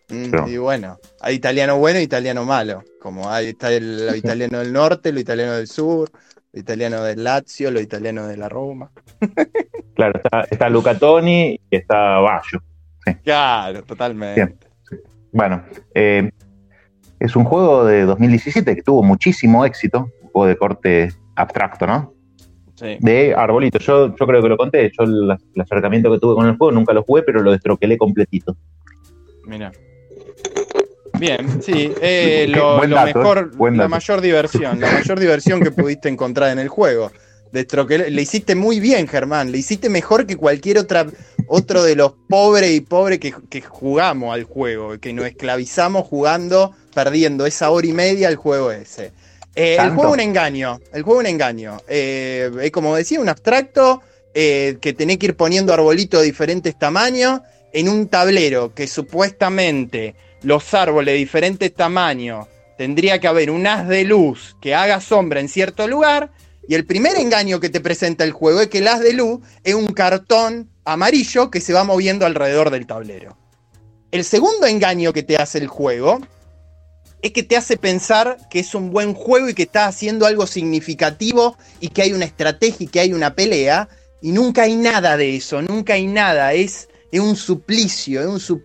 Y bueno, hay italiano bueno e italiano malo. Como está lo italiano del norte, lo italiano del sur, lo italiano del Lazio, lo italiano de la Roma. Claro, está Luca Toni y está Baggio. Sí. Claro, totalmente. Bien. Sí. Bueno, es un juego de 2017 que tuvo muchísimo éxito, un juego de corte abstracto, ¿no? Sí. De arbolitos. Yo creo que lo conté. Yo el acercamiento que tuve con el juego nunca lo jugué, pero lo destroquelé completito. Mira. Bien, sí. Buen Lo dato, mejor, buen la dato. mayor diversión que pudiste encontrar en el juego. Le hiciste muy bien, Germán. Le hiciste mejor que cualquier otro de los pobres que jugamos al juego, que nos esclavizamos jugando, perdiendo esa hora y media al juego ese. El juego es un engaño. Es como decía, un abstracto que tenés que ir poniendo arbolitos de diferentes tamaños en un tablero que supuestamente los árboles de diferentes tamaños tendría que haber un haz de luz que haga sombra en cierto lugar. Y el primer engaño que te presenta el juego es que el haz de luz es un cartón amarillo que se va moviendo alrededor del tablero. El segundo engaño que te hace el juego es que te hace pensar que es un buen juego y que estás haciendo algo significativo y que hay una estrategia y que hay una pelea, y nunca hay nada de eso, nunca hay nada, es un suplicio,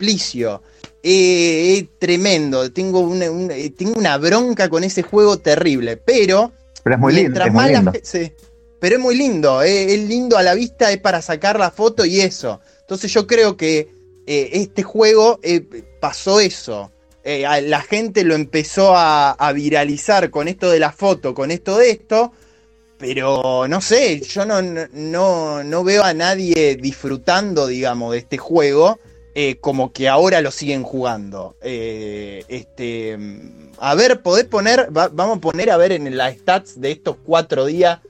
es tremendo, tengo una bronca con ese juego terrible, pero es muy lindo, es muy lindo. Sí, pero es muy lindo, es lindo a la vista, es para sacar la foto y eso. Entonces yo creo que este juego pasó eso. La gente lo empezó a viralizar con esto de la foto, con esto de esto, pero no sé, yo no veo a nadie disfrutando, digamos, de este juego, como que ahora lo siguen jugando. A ver, podés poner, vamos a poner a ver en las stats de estos 4 días.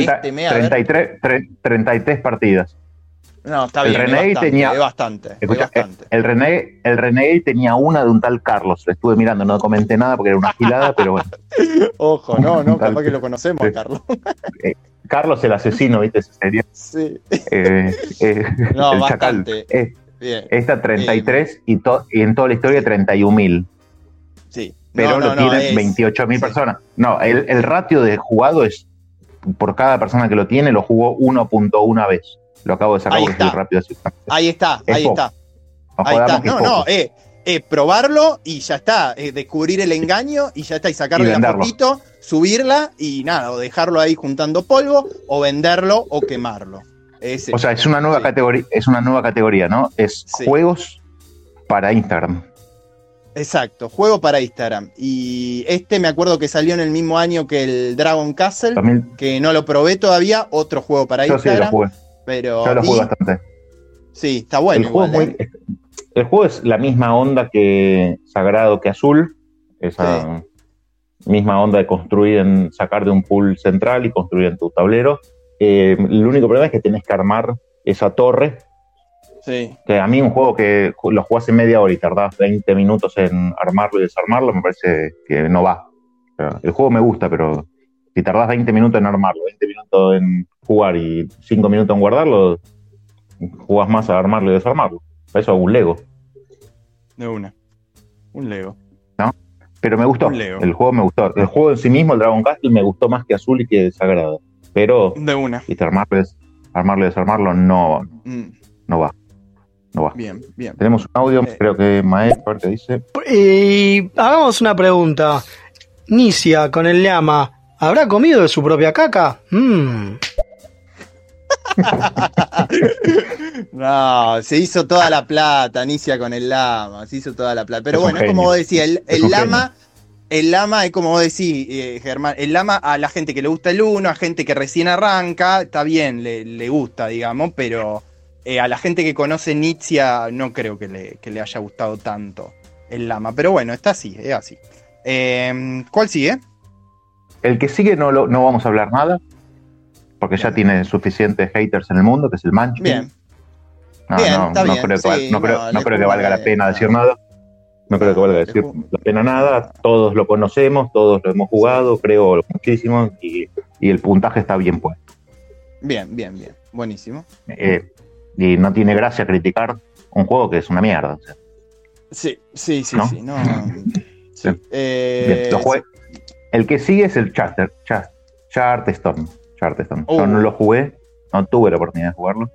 33 partidas. No, está bien, es bastante. El Renegade tenía una de un tal Carlos. Le estuve mirando, no comenté nada porque era una gilada, pero bueno. Ojo, no, capaz que lo conocemos a Carlos. Carlos el asesino, ¿viste? Esa serie. Sí. No, el bastante. Chacal. Bien. Esta 33 y en toda la historia 31.000. Sí. Pero lo tienen 28.000 personas. No, el ratio de jugado es, por cada persona que lo tiene, lo jugó 1.1 vez. Lo acabo de sacar porque es rápido. Ahí está. Probarlo y ya está. Descubrir el engaño y ya está. Y sacarle la fotito, subirla y nada. O dejarlo ahí juntando polvo, o venderlo o quemarlo. O sea, es una nueva categoría. Es una nueva categoría, ¿no? Es juegos para Instagram. Exacto, juego para Instagram. Y me acuerdo que salió en el mismo año que el Dragon Castle, que no lo probé todavía. Otro juego para Instagram. Sí, lo jugué. Pero yo lo jugué bastante. Sí, está bueno. El juego es la misma onda que Sagrado, que Azul. Esa misma onda de construir, sacar de un pool central y construir en tu tablero. El único problema es que tenés que armar esa torre. Sí. Que a mí un juego que lo jugás en media hora y tardás 20 minutos en armarlo y desarmarlo, me parece que no va. O sea, el juego me gusta, pero si tardás 20 minutos en armarlo, 20 minutos en jugar y 5 minutos en guardarlo, jugás más a armarlo y desarmarlo. Para eso hago un Lego. De una. Un Lego. ¿No? Pero me gustó. El juego me gustó. El juego en sí mismo, el Dragon Castle, me gustó más que Azul y que Sagrado. Pero de una. Armarlo y desarmarlo no va. No va. Bien. Tenemos un audio, creo que Maestro, a ver qué dice. Hagamos una pregunta. Nicia con el llama, ¿habrá comido de su propia caca? No, se hizo toda la plata, Nicia con el lama, se hizo toda la plata. Pero bueno, es como vos decís, el lama es como vos decís, Germán, el lama a la gente que le gusta el 1, a gente que recién arranca, está bien, le gusta, digamos, pero a la gente que conoce Nicia no creo que le haya gustado tanto el lama. Pero bueno, está así, es así. ¿Cuál sigue? El que sigue no vamos a hablar nada, porque ya tiene suficientes haters en el mundo, que es el Munchkin. Bien. No creo que valga la pena decir nada. No creo que valga decir la pena nada. Todos lo conocemos, todos lo hemos jugado, creo muchísimo, y el puntaje está bien puesto. Bien. Buenísimo. Y no tiene gracia criticar un juego que es una mierda. O sea. Sí, ¿no? sí, no. Sí. Bien, lo jugué. El que sigue es el Charterstone. Yo no lo jugué, no tuve la oportunidad de jugarlo.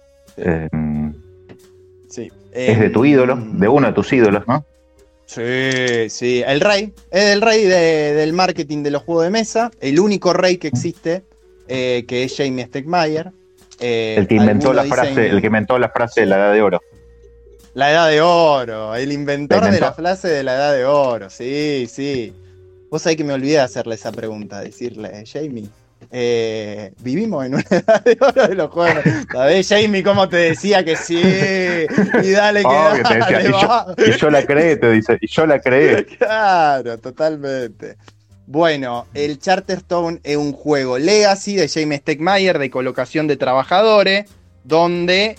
Sí. Es de tu ídolo, de uno de tus ídolos, ¿no? Sí, sí. El rey. Es el rey del marketing de los juegos de mesa. El único rey que existe, que es Jamie Stegmaier. El que inventó la frase de la Edad de Oro. La Edad de Oro, el inventor de la frase de la Edad de Oro, sí, sí. Vos sabés que me olvidé de hacerle esa pregunta, decirle, Jamie, vivimos en una Edad de Oro de los juegos. ¿Sabés, Jamie, cómo te decía que sí? Y dale, que dale, te decía, y yo la creé, te dice, y yo la creé. Claro, totalmente. Bueno, el Charterstone es un juego legacy de Jamie Stegmaier de colocación de trabajadores, donde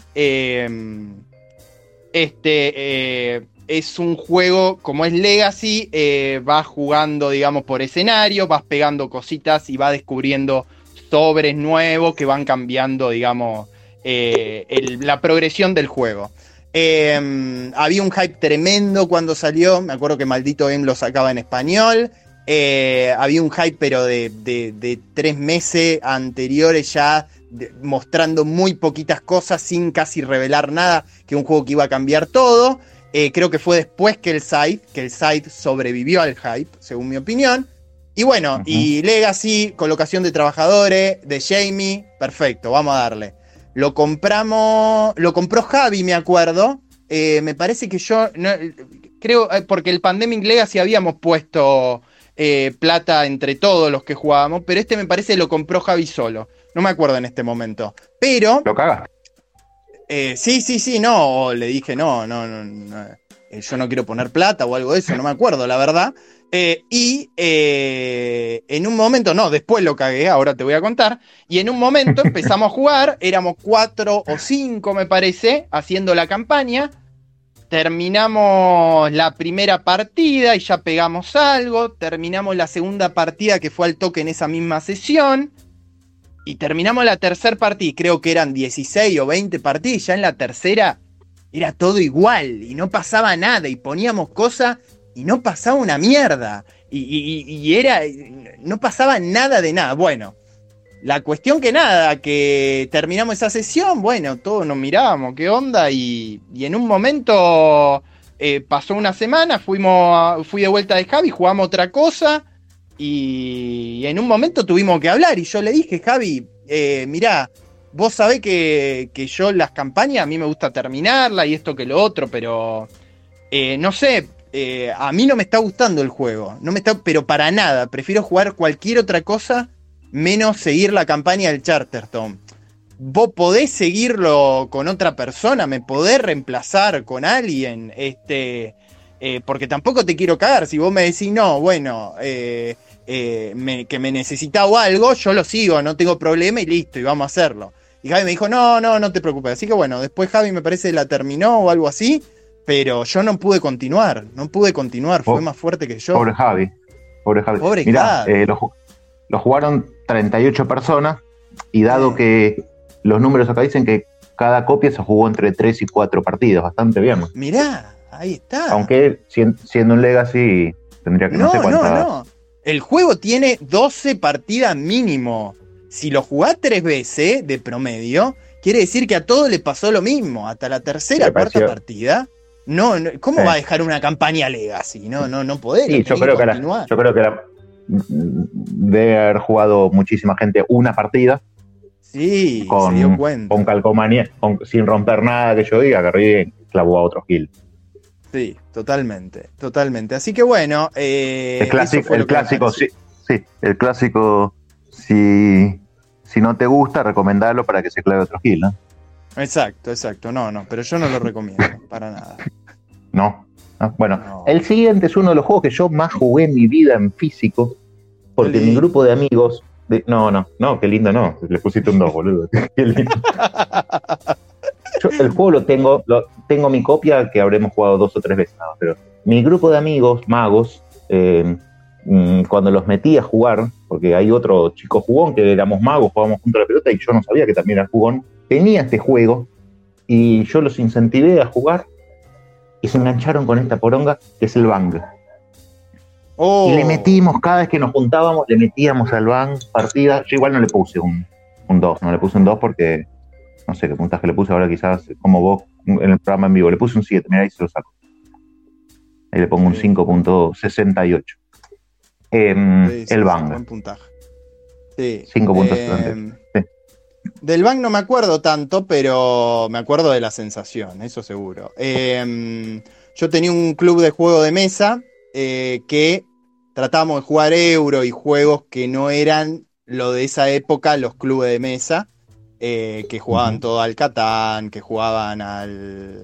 es un juego, como es legacy, vas jugando, digamos, por escenario, vas pegando cositas y vas descubriendo sobres nuevos que van cambiando, digamos, la progresión del juego. Había un hype tremendo cuando salió, me acuerdo que Maldito Game lo sacaba en español. Había un hype, pero de 3 meses anteriores ya, mostrando muy poquitas cosas sin casi revelar nada, que un juego que iba a cambiar todo. Creo que fue después que el site sobrevivió al hype, según mi opinión. Y bueno, y Legacy, colocación de trabajadores, de Jamie, perfecto, vamos a darle. Lo compró Javi, me acuerdo. Me parece que yo, no, creo, porque el Pandemic Legacy habíamos puesto plata entre todos los que jugábamos, pero me parece que lo compró Javi solo. No me acuerdo en este momento. Pero... ¿Lo cagas? Sí, no, le dije no, yo no quiero poner plata o algo de eso, no me acuerdo, la verdad. En un momento, no, después lo cagué, ahora te voy a contar. Y en un momento empezamos a jugar, éramos 4 o 5, me parece, haciendo la campaña. Terminamos la primera partida y ya pegamos algo. Terminamos la segunda partida, que fue al toque en esa misma sesión. Y terminamos la tercera partida, creo que eran 16 o 20 partidas, y ya en la tercera era todo igual, y no pasaba nada, y poníamos cosas, y no pasaba una mierda, y no pasaba nada de nada. Bueno, la cuestión que nada, que terminamos esa sesión, bueno, todos nos mirábamos, qué onda, y en un momento pasó una semana, fui de vuelta de Javi, jugamos otra cosa, y en un momento tuvimos que hablar, y yo le dije, Javi, mirá, vos sabés que yo las campañas, a mí me gusta terminarla y esto que lo otro, pero no sé, a mí no me está gustando el juego, pero para nada, prefiero jugar cualquier otra cosa menos seguir la campaña del Charterstone. Vos podés seguirlo con otra persona, me podés reemplazar con alguien, porque tampoco te quiero cagar. Si vos me decís, no, bueno, que me necesita o algo, yo lo sigo, no tengo problema y listo, y vamos a hacerlo. Y Javi me dijo, no te preocupes. Así que bueno, después Javi me parece la terminó o algo así, pero yo no pude continuar, fue más fuerte que yo. Pobre Javi. Mirá, Javi. Lo jugaron 38 personas, y dado que los números acá dicen que cada copia se jugó entre 3 y 4 partidos, bastante bien. Mirá, ahí está. Aunque siendo un Legacy tendría que no sé cuántas. No. El juego tiene 12 partidas mínimo. Si lo jugás 3 veces de promedio, quiere decir que a todos les pasó lo mismo. Hasta la tercera, cuarta partida. No, ¿cómo va a dejar una campaña Legacy? No podés. Sí, yo creo que debe haber jugado muchísima gente una partida. Sí, se dio cuenta. Con calcomanía, sin romper nada que yo diga, agarré y clavó a otro kill. Sí, totalmente. Así que bueno, el clásico, si no te gusta, recomendalo para que se clave otro kill, ¿no? Exacto, no, pero yo no lo recomiendo, para nada. No. Bueno, el siguiente es uno de los juegos que yo más jugué en mi vida en físico, porque mi grupo de amigos... No, qué lindo no, le pusiste un 2, boludo. Qué lindo. Yo el juego lo tengo mi copia, que habremos jugado 2 o 3 veces nada, pero mi grupo de amigos, magos, cuando los metí a jugar, porque hay otro chico jugón que éramos magos, jugábamos junto a la pelota y yo no sabía que también era jugón, tenía este juego y yo los incentivé a jugar y se engancharon con esta poronga que es el Bang. Oh. Y le metimos, cada vez que nos juntábamos, le metíamos al Bang partida. Yo igual no le puse un 2, no le puse un 2 porque no sé qué puntaje le puse ahora, quizás como vos en el programa en vivo. Le puse un 7, mira, ahí se lo saco. Ahí le pongo un 5.68. El Bang. Buen puntaje. Sí. 5.68. Sí. Del Bang no me acuerdo tanto, pero me acuerdo de la sensación, eso seguro. Yo tenía un club de juego de mesa que tratábamos de jugar euro y juegos que no eran lo de esa época, los clubes de mesa, que jugaban todo al Catán, que jugaban al...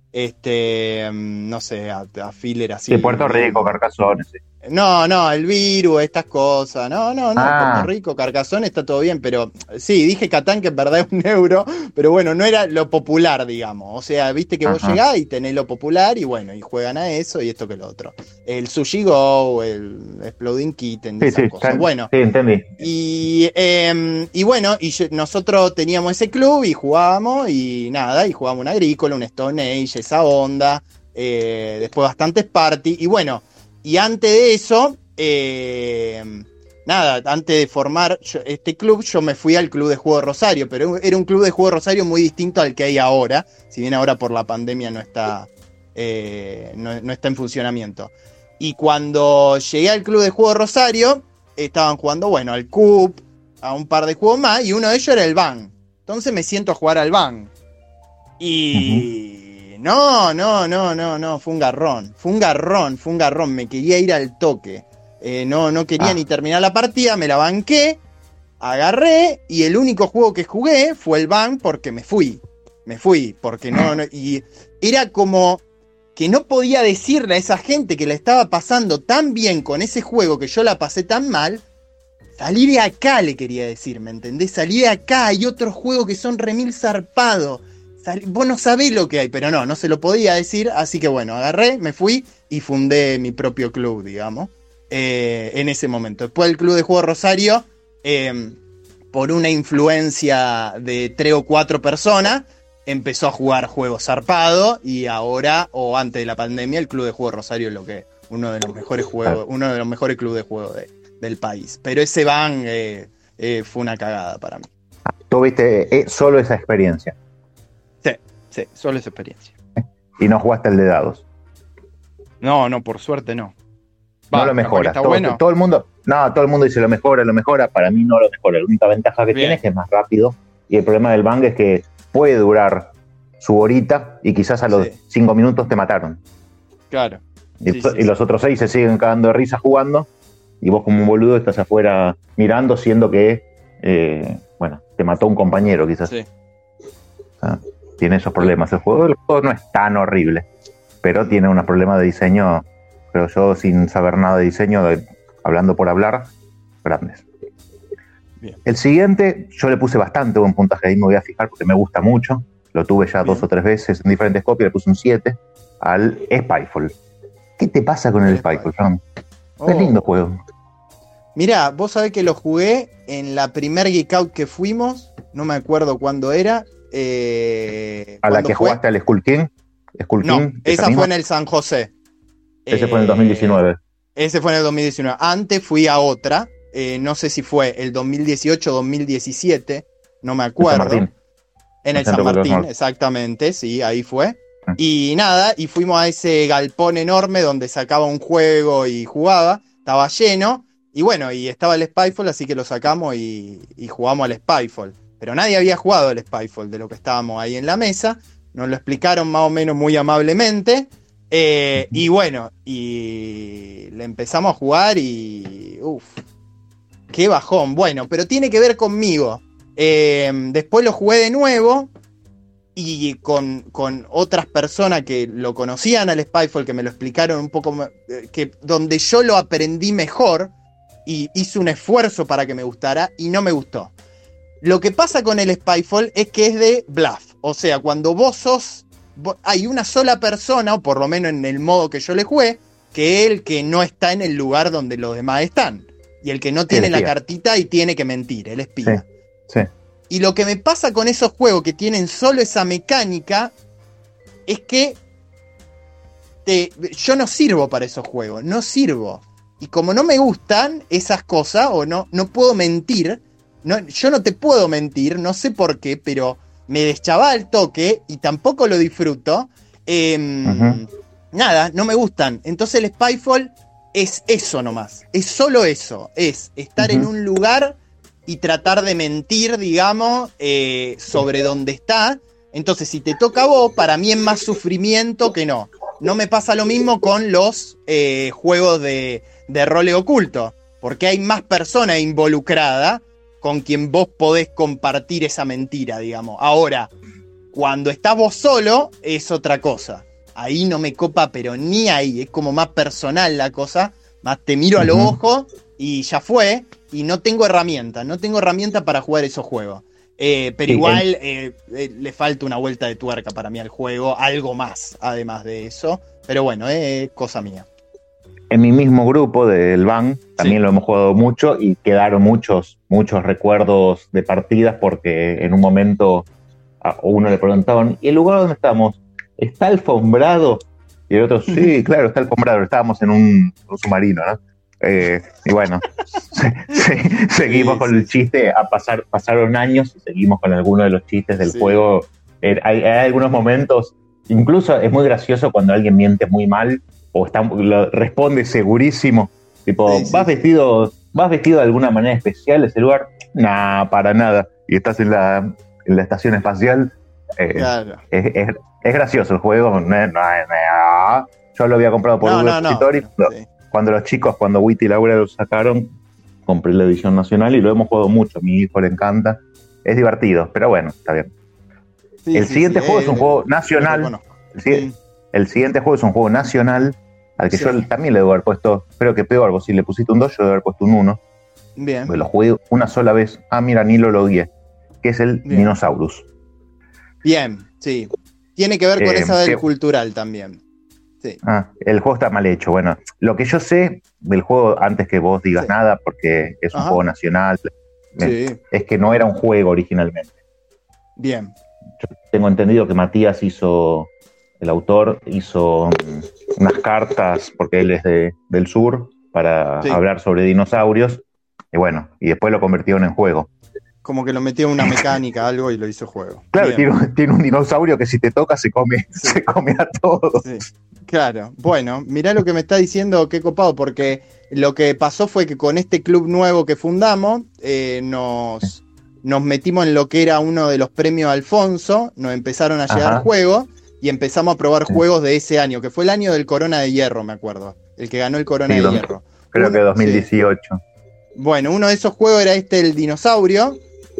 no sé, a filler así. Sí, Puerto Rico, Carcassonne, sí. No, el virus, estas cosas. No, Puerto Rico, Carcassonne está todo bien, pero sí, dije Catán que en verdad es un euro, pero bueno, no era lo popular, digamos. O sea, viste que vos llegás y tenés lo popular y bueno, y juegan a eso y esto que lo otro. El Sushi Go, el Exploding Kitten, esas cosas. Bueno, sí, entendí. Y bueno, nosotros teníamos ese club y jugábamos y nada, y jugábamos un Agrícola, un Stone Age, esa onda, después bastantes party, y bueno. Y antes de eso, antes de formar este club, yo me fui al Club de Juego de Rosario, pero era un Club de Juego de Rosario muy distinto al que hay ahora, si bien ahora por la pandemia no está en funcionamiento. Y cuando llegué al Club de Juego de Rosario, estaban jugando, bueno, al CUP, a un par de juegos más, y uno de ellos era el Bang. Entonces me siento a jugar al Bang. Y... No, fue un garrón, me quería ir al toque, no quería ni terminar la partida, me la banqué, agarré, y el único juego que jugué fue el Bang porque me fui, porque y era como que no podía decirle a esa gente que la estaba pasando tan bien con ese juego, que yo la pasé tan mal, salí de acá, le quería decir, ¿me entendés? Salí de acá, hay otros juegos que son remil zarpados. Vos no sabés lo que hay, pero no se lo podía decir, así que bueno, agarré, me fui y fundé mi propio club, digamos, en ese momento. Después del Club de Juego Rosario, por una influencia de 3 o 4 personas, empezó a jugar juegos zarpados y ahora, o antes de la pandemia, el Club de Juego Rosario es uno de los mejores juegos, uno de los mejores clubes de juego del país. Pero ese Bang fue una cagada para mí. ¿Tuviste solo esa experiencia? Sí, solo esa experiencia. ¿Y no jugaste el de dados? No, por suerte no. No lo mejoras. Todo el mundo dice lo mejora. Para mí no lo mejora. La única ventaja que tiene es que es más rápido. Y el problema del Bang es que puede durar su horita y quizás a los 5 minutos te mataron. Claro. Y los otros 6 se siguen cagando de risa jugando. Y vos como un boludo estás afuera mirando, siendo que te mató un compañero quizás. Sí. O sea, tiene esos problemas. El juego no es tan horrible, pero tiene unos problemas de diseño, pero yo sin saber nada de diseño, hablando por hablar, grandes. Bien. El siguiente, yo le puse bastante buen puntaje, ahí me voy a fijar porque me gusta mucho, lo tuve ya 2 o 3 veces en diferentes copias, le puse un 7 al Spyfall. ¿Qué te pasa con el Spyfall, John? Es lindo juego. Mirá, vos sabés que lo jugué en la primer Geek Out que fuimos, no me acuerdo cuándo era. ¿A la que jugaste al Skull King? No, esa fue en el San José. Ese fue en el 2019. Ese fue en el 2019. Antes fui a otra, no sé si fue el 2018 o 2017, no me acuerdo. En el San Martín, exactamente, sí, ahí fue. Y nada, y fuimos a ese galpón enorme donde sacaba un juego y jugaba, estaba lleno, y bueno, y estaba el Spyfall, así que lo sacamos y jugamos al Spyfall. Pero nadie había jugado al Spyfall de lo que estábamos ahí en la mesa. Nos lo explicaron más o menos muy amablemente. Y bueno, y le empezamos a jugar y... ¡Qué bajón! Bueno, pero tiene que ver conmigo. Después lo jugué de nuevo y con otras personas que lo conocían al Spyfall, que me lo explicaron un poco, donde yo lo aprendí mejor y hice un esfuerzo para que me gustara y no me gustó. Lo que pasa con el Spyfall es que es de bluff. O sea, cuando hay una sola persona, o por lo menos en el modo que yo le jugué, que es el que no está en el lugar donde los demás están. Y el que no tiene la cartita y tiene que mentir, el espía. Sí. Y lo que me pasa con esos juegos que tienen solo esa mecánica es que yo no sirvo para esos juegos, no sirvo. Y como no me gustan esas cosas, o no puedo mentir, yo no te puedo mentir, no sé por qué, pero me deschaba al toque y tampoco lo disfruto. Nada, no me gustan. Entonces el Spyfall es eso nomás, es solo eso, es estar en un lugar y tratar de mentir, digamos, sobre dónde está. Entonces, si te toca a vos, para mí es más sufrimiento que no. No me pasa lo mismo con los juegos de role oculto, porque hay más personas involucradas con quien vos podés compartir esa mentira, digamos. Ahora, cuando estás vos solo, es otra cosa. Ahí no me copa, pero ni ahí. Es como más personal la cosa, más te miro a los ojos y ya fue. Y no tengo herramientas para jugar esos juegos. Pero sí, igual le falta una vuelta de tuerca para mí al juego, algo más, además de eso. Pero bueno, es cosa mía. En mi mismo grupo del BAN también lo hemos jugado mucho y quedaron muchos recuerdos de partidas porque en un momento a uno le preguntaban, ¿y el lugar donde estamos está alfombrado? Y el otro, sí, claro, está alfombrado. Estábamos en un submarino, ¿no? Y bueno, seguimos con el chiste, pasaron años y seguimos con algunos de los chistes del juego. Hay algunos momentos, incluso es muy gracioso cuando alguien miente muy mal o responde segurísimo, tipo, ¿vas vestido de alguna manera especial ese lugar? Nah, para nada. Y estás en la estación espacial. Claro. Es gracioso el juego. Yo lo había comprado por un expositor y cuando Witty y Laura lo sacaron, compré la edición nacional y lo hemos jugado mucho. A mi hijo le encanta. Es divertido, pero bueno, está bien. El siguiente juego es un juego nacional. El siguiente juego es un juego nacional al que yo también le debo haber puesto, creo que peor, vos si le pusiste un 2, yo le debo haber puesto un 1. Bien. Me lo jugué una sola vez. Mira, ni lo guié. Que es el Dinosaurus. Bien, sí. Tiene que ver con esa del cultural también. Sí. El juego está mal hecho. Bueno, lo que yo sé del juego, antes que vos digas nada, porque es un juego nacional, es que no era un juego originalmente. Bien. Yo tengo entendido que Matías el autor hizo unas cartas, porque él es del sur, para hablar sobre dinosaurios, y bueno, y después lo convirtieron en juego. Como que lo metió en una mecánica, algo, y lo hizo juego. Claro, tiene un dinosaurio que si te toca se come a todos. Sí. Claro, bueno, mirá lo que me está diciendo, qué copado, porque lo que pasó fue que con este club nuevo que fundamos, nos metimos en lo que era uno de los premios Alfonso, nos empezaron a llegar juegos, y empezamos a probar juegos de ese año, que fue el año del Corona de Hierro, me acuerdo, el que ganó el Corona de Hierro. Creo que 2018. Bueno, uno de esos juegos era el dinosaurio,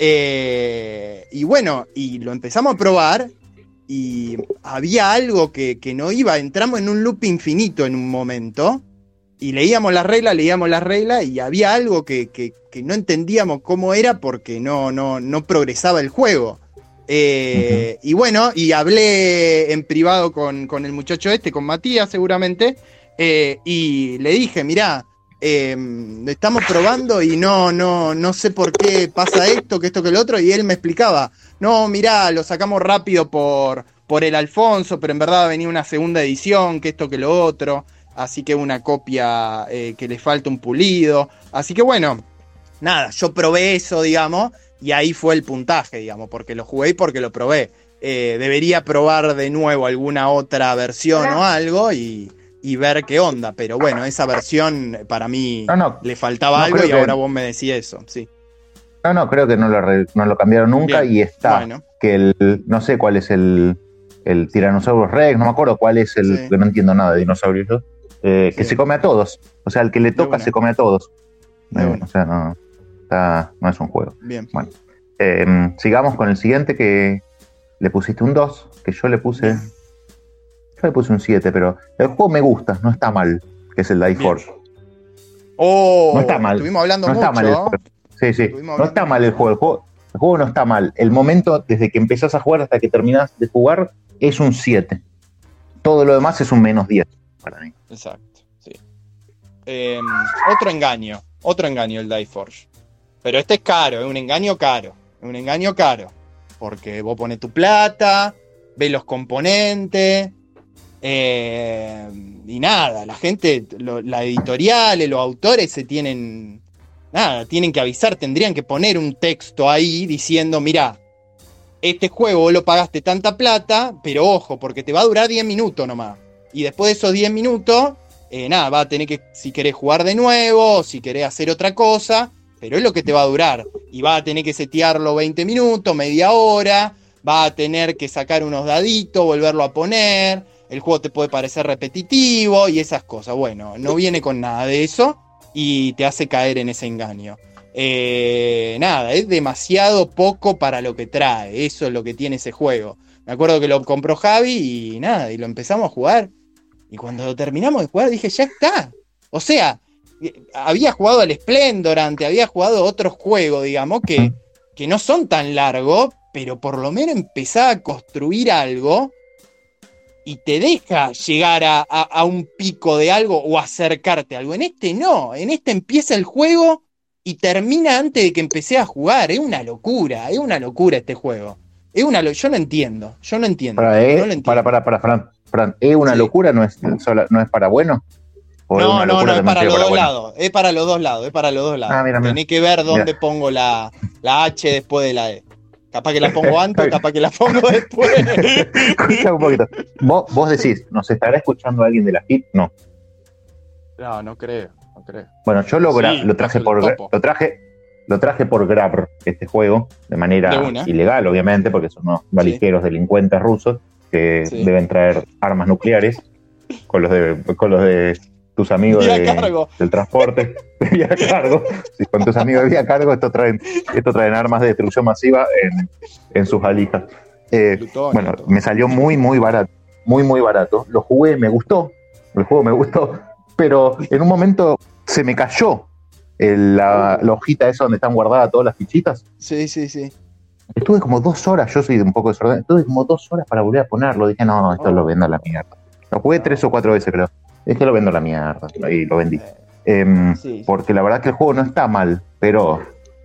y bueno, y lo empezamos a probar, y había algo que no iba, entramos en un loop infinito en un momento, y leíamos las reglas, y había algo que no entendíamos cómo era porque no progresaba el juego. Y bueno, y hablé en privado con el muchacho con Matías seguramente, y le dije, mirá, estamos probando y no sé por qué pasa esto, que lo otro, y él me explicaba, no, mirá, lo sacamos rápido por el Alfonso, pero en verdad venía una segunda edición, que esto, que lo otro, así que una copia que le falta un pulido, así que bueno, nada, yo probé eso, digamos, y ahí fue el puntaje, digamos, porque lo jugué y porque lo probé. Debería probar de nuevo alguna otra versión o algo y ver qué onda, pero bueno, esa versión para mí le faltaba algo y ahora vos me decís eso, sí. No, creo que no lo cambiaron nunca. Bien. Y está, que no sé cuál es el Tyrannosaurus Rex, no me acuerdo cuál es que no entiendo nada de dinosaurios, que se come a todos, o sea, el que le toca se come a todos. O sea, no es un juego. Bien. Bueno, sigamos con el siguiente, que le pusiste un 2, que yo le puse un 7, pero el juego me gusta, no está mal, que es el Die Force. No está mal. Estuvimos hablando no mucho. Está mal el juego. Sí. No está mal el juego. El juego no está mal. El momento desde que empezás a jugar hasta que terminás de jugar es un 7. Todo lo demás es un -10 para mí. Exacto, sí. Otro engaño el Die Force. Pero este es caro, es un engaño caro. Porque vos pones tu plata, ves los componentes, Y nada, la gente, la editorial, los autores tienen que avisar, tendrían que poner un texto ahí diciendo, mirá, este juego vos lo pagaste tanta plata, pero ojo, porque te va a durar 10 minutos nomás. Y después de esos 10 minutos, va a tener que, si querés jugar de nuevo, si querés hacer otra cosa, pero es lo que te va a durar. Y va a tener que setearlo 20 minutos, media hora, va a tener que sacar unos daditos, volverlo a poner, el juego te puede parecer repetitivo y esas cosas. Bueno, no viene con nada de eso y te hace caer en ese engaño. Es demasiado poco para lo que trae. Eso es lo que tiene ese juego. Me acuerdo que lo compró Javi y lo empezamos a jugar. Y cuando lo terminamos de jugar dije, ya está. O sea, había jugado al Splendor antes, había jugado otros juegos, digamos, que no son tan largos, pero por lo menos empezás a construir algo y te deja llegar a un pico de algo o acercarte a algo. En este no, en este empieza el juego y termina antes de que empecé a jugar. Es una locura este juego. Yo no entiendo. Fran, ¿es una locura? ¿No es para bueno? No, es para los dos lados. Es para los dos lados. Mira. Tenés que ver dónde pongo la H después de la E. Capaz que la pongo antes, capaz que la pongo después. Escucha un poquito. Vos decís, ¿nos estará escuchando alguien de la HIT? No. No creo. Bueno, yo lo traje por Grab, este juego, de manera ilegal, obviamente, porque son unos valijeros delincuentes rusos que deben traer armas nucleares con los de tus amigos del transporte de Vía Cargo. Sí, con tus amigos de Vía Cargo, esto traen armas de destrucción masiva en sus valijas. Bueno, me salió muy, muy barato. Muy, muy barato. Lo jugué, el juego me gustó, pero en un momento se me cayó la hojita esa donde están guardadas todas las fichitas. Sí. Estuve como 2 horas, yo soy un poco desordenado, estuve como 2 horas para volver a ponerlo. Dije, no, esto lo vendo a la mierda. Lo jugué 3 o 4 veces, creo. Dije, lo vendo a la mierda. Y lo vendí. Porque la verdad que el juego no está mal, pero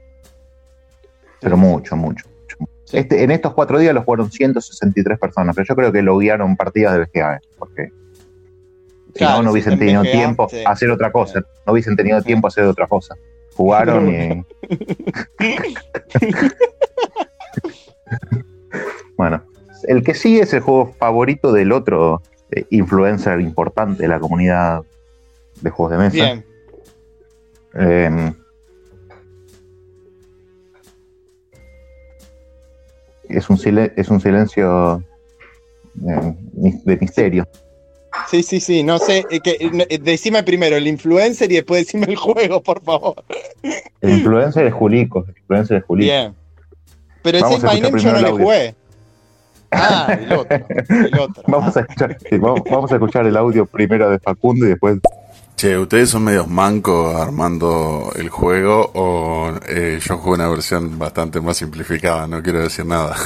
mucho. Sí. En estos 4 días lo jugaron 163 personas, pero yo creo que lo guiaron partidas de BGA, porque si no hubiesen tenido tiempo a hacer otra cosa. No hubiesen tenido tiempo a hacer otra cosa. Jugaron y... Bueno, el que sigue es el juego favorito del otro influencer importante de la comunidad de juegos de mesa. Bien. Es un silencio de misterio. Sí, no sé, decime primero el influencer y después decime el juego, por favor. El influencer es Julico. Bien. Pero ese My Name yo no le jugué. El otro. Vamos a escuchar el audio primero de Facundo y después... Che, ¿ustedes son medios mancos armando el juego o yo jugué una versión bastante más simplificada? No quiero decir nada.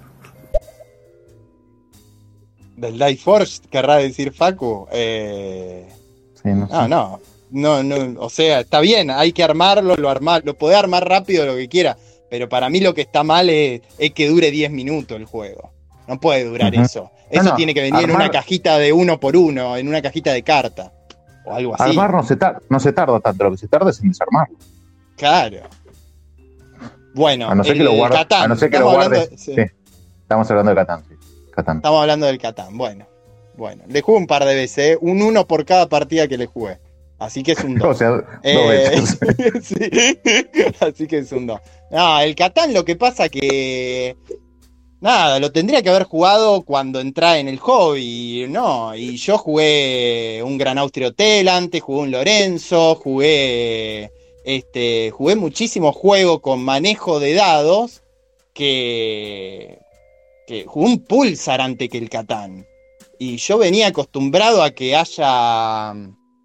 ¿Del Die Force querrá decir Facu? Sí, no sé. No, o sea, está bien, hay que armarlo, lo podés armar rápido lo que quiera, pero para mí lo que está mal es que dure 10 minutos el juego. No puede durar eso. Eso tiene que venir en una cajita de 1 por 1, en una cajita de carta, o algo así. Armar no se tarda tanto, lo que se tarda es en desarmarlo. Claro. Bueno, a no ser que lo guardes. Sí. Estamos hablando de Catán, sí. Estamos hablando del Catán. Bueno, le jugué un par de veces, un 1 por cada partida que le jugué. Así que es un 2. O sea, 2 veces. Sí. Así que es un 2. No, el Catán lo que pasa que... lo tendría que haber jugado cuando entré en el hobby, ¿no? Y yo jugué un Gran Austria Hotel antes, jugué un Lorenzo, jugué muchísimos juegos con manejo de dados que jugué un Pulsar antes que el Catán. Y yo venía acostumbrado a que haya,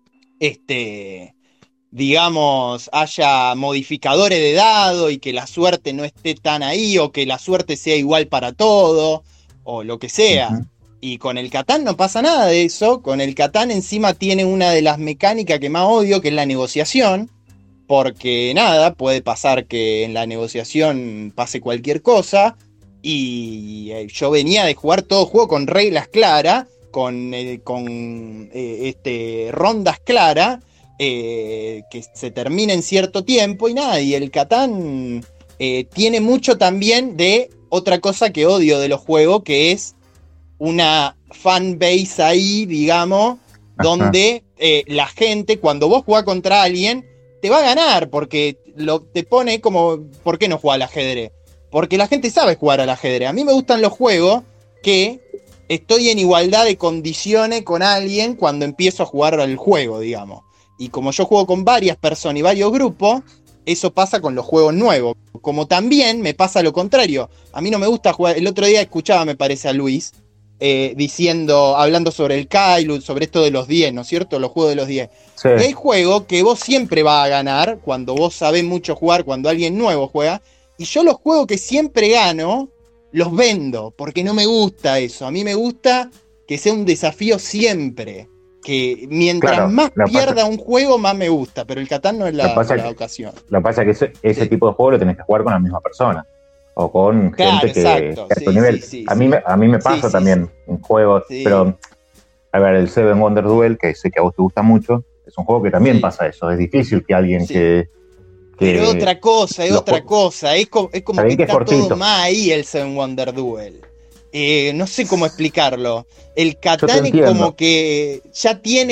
haya modificadores de dado y que la suerte no esté tan ahí, o que la suerte sea igual para todo, o lo que sea. Uh-huh. Y con el Catán no pasa nada de eso. Con el Catán encima tiene una de las mecánicas que más odio, que es la negociación. Porque puede pasar que en la negociación pase cualquier cosa. Y yo venía de jugar todo juego con reglas claras, rondas claras que se termina en cierto tiempo y nada. Y el Catán tiene mucho también de otra cosa que odio de los juegos, que es una fanbase ahí, digamos, donde la gente, cuando vos jugás contra alguien, te va a ganar, porque te pone como, ¿por qué no juega al ajedrez? Porque la gente sabe jugar al ajedrez. A mí me gustan los juegos que estoy en igualdad de condiciones con alguien cuando empiezo a jugar al juego, digamos. Y como yo juego con varias personas y varios grupos, eso pasa con los juegos nuevos. Como también me pasa lo contrario. A mí no me gusta jugar. El otro día escuchaba, me parece, a Luis hablando sobre el Kyle, sobre esto de los 10, ¿no es cierto? Los juegos de los 10. Sí. Y hay juegos que vos siempre vas a ganar cuando vos sabés mucho jugar, cuando alguien nuevo juega. Y yo los juegos que siempre gano, los vendo, porque no me gusta eso. A mí me gusta que sea un desafío siempre. Que mientras más pierda un juego, más me gusta. Pero el Catán no es la ocasión. Lo que pasa es que ese tipo de juego lo tenés que jugar con la misma persona. O con gente que exacto, a tu nivel. A mí me pasa también en juegos, pero a ver, el Seven Wonder Duel, que sé que a vos te gusta mucho, es un juego que también pasa eso. Es difícil que alguien que pero es otra cosa, es como que está cortito. todo más ahí el Seven Wonder Duel. No sé cómo explicarlo. El Catán es como que ya tiene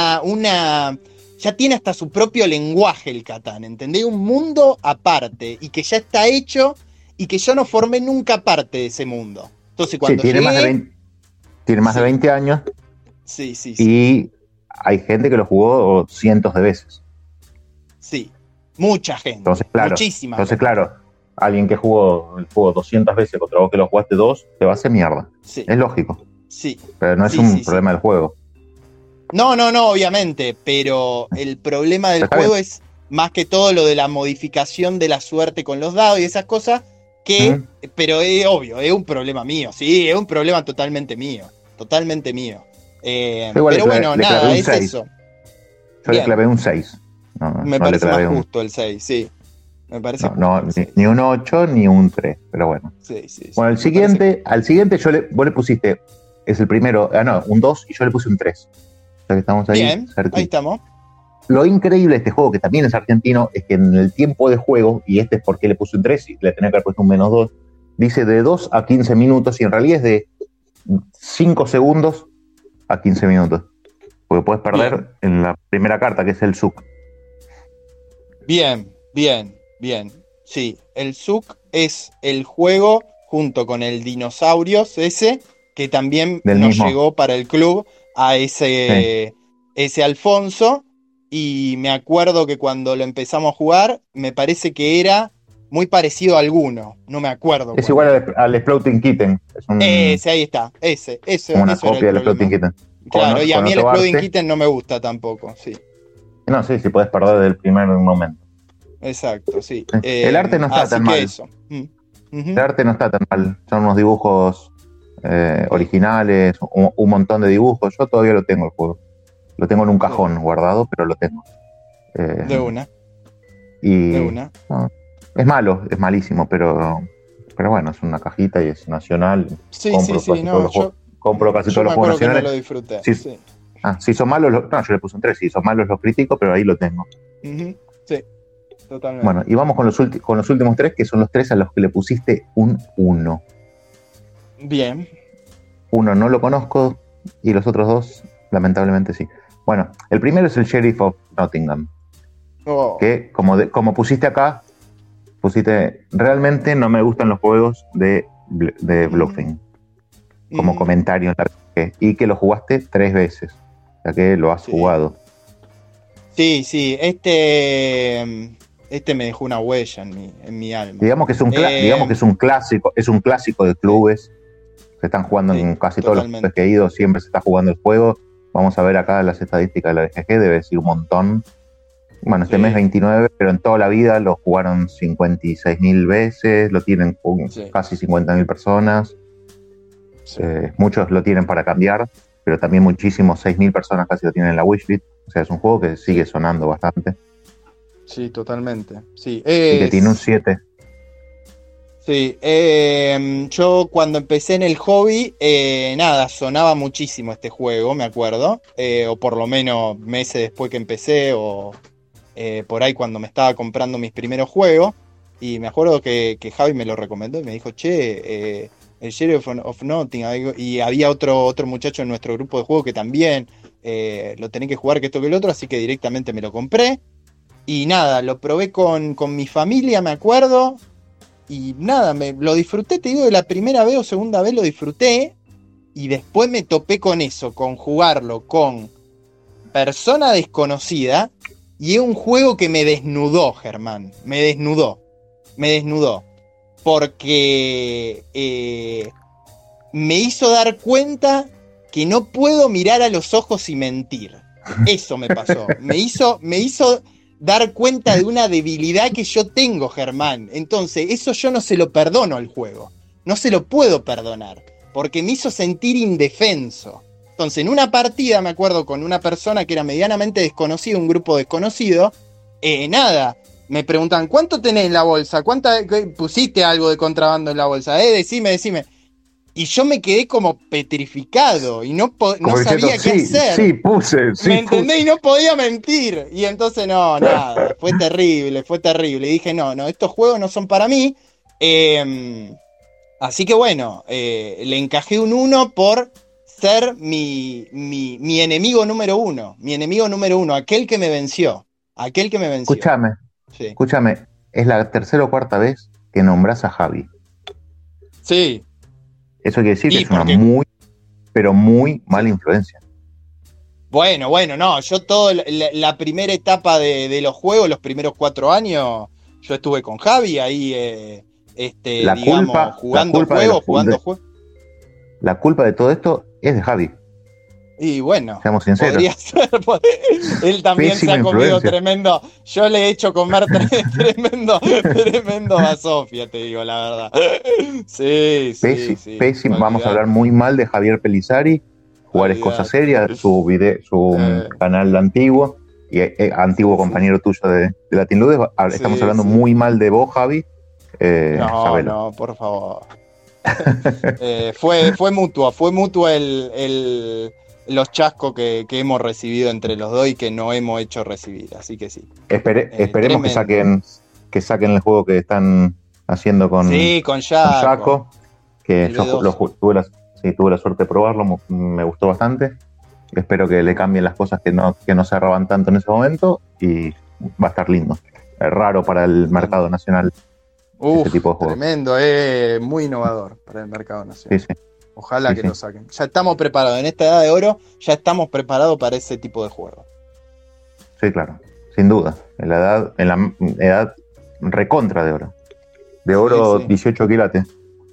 ya tiene hasta su propio lenguaje el Catán, ¿entendés? Un mundo aparte y que ya está hecho y que yo no formé nunca parte de ese mundo. Entonces cuando tiene más de 20 años. Sí. Y hay gente que lo jugó cientos de veces. Sí, mucha gente. Entonces, claro, muchísima. Entonces, claro, alguien que jugó el juego 200 veces contra vos que lo jugaste 2, te va a hacer mierda. Sí. Es lógico. Sí. Pero no es un problema del juego. No, obviamente, pero el problema del juego es más que todo lo de la modificación de la suerte con los dados y esas cosas pero es obvio, es un problema mío, es un problema totalmente mío. Pero bueno, nada, es 6. Eso. Yo le clavé un 6. Me parece más justo el 6, sí. Me parece ni un 8 ni un 3, pero bueno. Sí. Bueno, al siguiente vos le pusiste, es el primero, un 2 y yo le puse un 3. O sea que estamos ahí. Bien, ahí estamos. Lo increíble de este juego, que también es argentino, es que en el tiempo de juego, y este es porque le puse un 3 y le tenía que haber puesto un -2, dice de 2 a 15 minutos y en realidad es de 5 segundos a 15 minutos. Porque puedes perder en la primera carta, que es el Zouk. Bien. Sí, el Zouk es el juego junto con el Dinosaurios ese, que también nos llegó para el club a ese Alfonso. Y me acuerdo que cuando lo empezamos a jugar, me parece que era muy parecido a alguno. No me acuerdo. Es igual al Exploding Kitten. Ese, ahí está. Ese una copia del Exploding Kitten. Claro, y a mí el Exploding Kitten no me gusta tampoco, sí. No, sí, puedes perder del primer momento. Exacto, sí. El arte no está tan mal. Eso. El arte no está tan mal. Son unos dibujos originales, un montón de dibujos. Yo todavía lo tengo el juego. Lo tengo en un cajón guardado, pero lo tengo. De una. No, es malo, es malísimo, pero bueno, es una cajita y es nacional. Compro casi todos los juegos nacionales. Que no lo disfruté. Si son malos, yo le puse un 3. Si son malos los critico, pero ahí lo tengo. Sí, totalmente. Bueno, y vamos con los últimos 3, que son los 3 a los que le pusiste un 1. Bien. Uno no lo conozco y los otros 2, lamentablemente sí. Bueno, el primero es el Sheriff of Nottingham. Que como pusiste acá, realmente no me gustan los juegos de bluffing. Como comentario y que lo jugaste 3 veces. O sea que lo has jugado. Sí, este me dejó una huella en mi alma. Digamos que es un clásico de clubes. Se están jugando en casi todos los clubes que he ido, siempre se está jugando el juego. Vamos a ver acá las estadísticas de la BGG, debe decir un montón. Bueno, este mes 29, pero en toda la vida lo jugaron 56.000 veces, lo tienen casi 50.000 personas. Muchos lo tienen para cambiar, pero también muchísimos, 6.000 personas casi lo tienen en la wishlist. O sea, es un juego que sigue sonando bastante. Sí, totalmente. Sí, y que tiene un 7. Sí, yo cuando empecé en el hobby, nada, sonaba muchísimo este juego, me acuerdo, o por lo menos meses después que empecé, o por ahí cuando me estaba comprando mis primeros juegos, y me acuerdo que Javi me lo recomendó y me dijo, che, el Sheriff of Nottingham, y había otro muchacho en nuestro grupo de juego que también lo tenía que jugar que esto que el otro, así que directamente me lo compré, y nada, lo probé con mi familia, me acuerdo. Y nada, lo disfruté, te digo, de la primera vez o segunda vez lo disfruté. Y después me topé con eso, con jugarlo con persona desconocida. Y es un juego que me desnudó, Germán. Me desnudó. Porque me hizo dar cuenta que no puedo mirar a los ojos y mentir. Eso me pasó. Me hizo dar cuenta de una debilidad que yo tengo, Germán. Entonces, eso yo no se lo perdono al juego. No se lo puedo perdonar. Porque me hizo sentir indefenso. Entonces, en una partida, me acuerdo, con una persona que era medianamente desconocida, un grupo desconocido, nada, me preguntan, ¿cuánto tenés en la bolsa? ¿Pusiste algo de contrabando en la bolsa? Decime. Y yo me quedé como petrificado y no sabía qué hacer. Sí, puse. Sí, ¿me entendés? Y no podía mentir. Y entonces, nada, fue terrible. Y dije, no, estos juegos no son para mí. Así que bueno, le encajé un 1 por ser mi enemigo número 1. Mi enemigo número 1, aquel que me venció. Escúchame, es la tercera o cuarta vez que nombras a Javi. Sí. Eso quiere decir que es una muy, pero muy mala influencia. Bueno, no, yo la primera etapa de los juegos, los primeros 4 años, yo estuve con Javi ahí, jugando juegos. La culpa de todo esto es de Javi. Y bueno, seamos sinceros. Podría ser, él también Pésima se ha comido influencia. tremendo. Yo le he hecho comer tremendo basofia, te digo la verdad. Sí. Pésimo. Vamos a hablar muy mal de Javier Pelizari. Jugar es cosa seria. Su canal antiguo y antiguo compañero tuyo de Latin Ludes. Estamos hablando muy mal de vos, Javi. No, por favor. Fue mutuo los chascos que hemos recibido entre los dos y que no hemos hecho recibir, así que sí. Esperemos que saquen el juego que están haciendo con Jaco, que yo tuve la suerte de probarlo, me gustó bastante. Espero que le cambien las cosas que no se roban tanto en ese momento y va a estar lindo. Es raro para el mercado nacional. Este tipo de juegos. Tremendo, muy innovador para el mercado nacional. Sí. Ojalá que lo saquen. Ya estamos preparados, en esta edad de oro, ya estamos preparados para ese tipo de juegos. Sí, claro, sin duda. En la edad recontra de oro. De oro, sí. 18 quilates.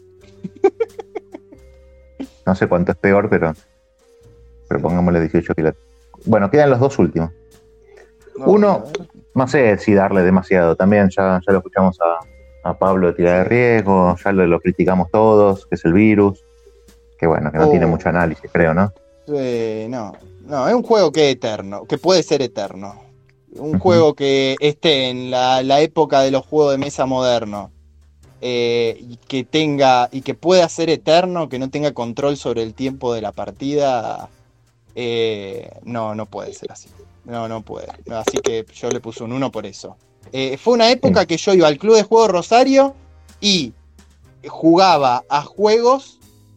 No sé cuánto es peor, pero pongámosle 18 quilates. Bueno, quedan los dos últimos. Uno, no sé si darle demasiado. También ya lo escuchamos a Pablo de Tirada de Riesgo, ya lo criticamos todos, que es el virus. Que bueno, que no tiene mucho análisis, creo, ¿no? No, es un juego que es eterno, que puede ser eterno. Un juego que esté en la época de los juegos de mesa modernos, y que pueda ser eterno, que no tenga control sobre el tiempo de la partida, no puede ser así. No puede. Así que yo le puse un 1 por eso. Fue una época que yo iba al Club de Juegos Rosario y jugaba a juegos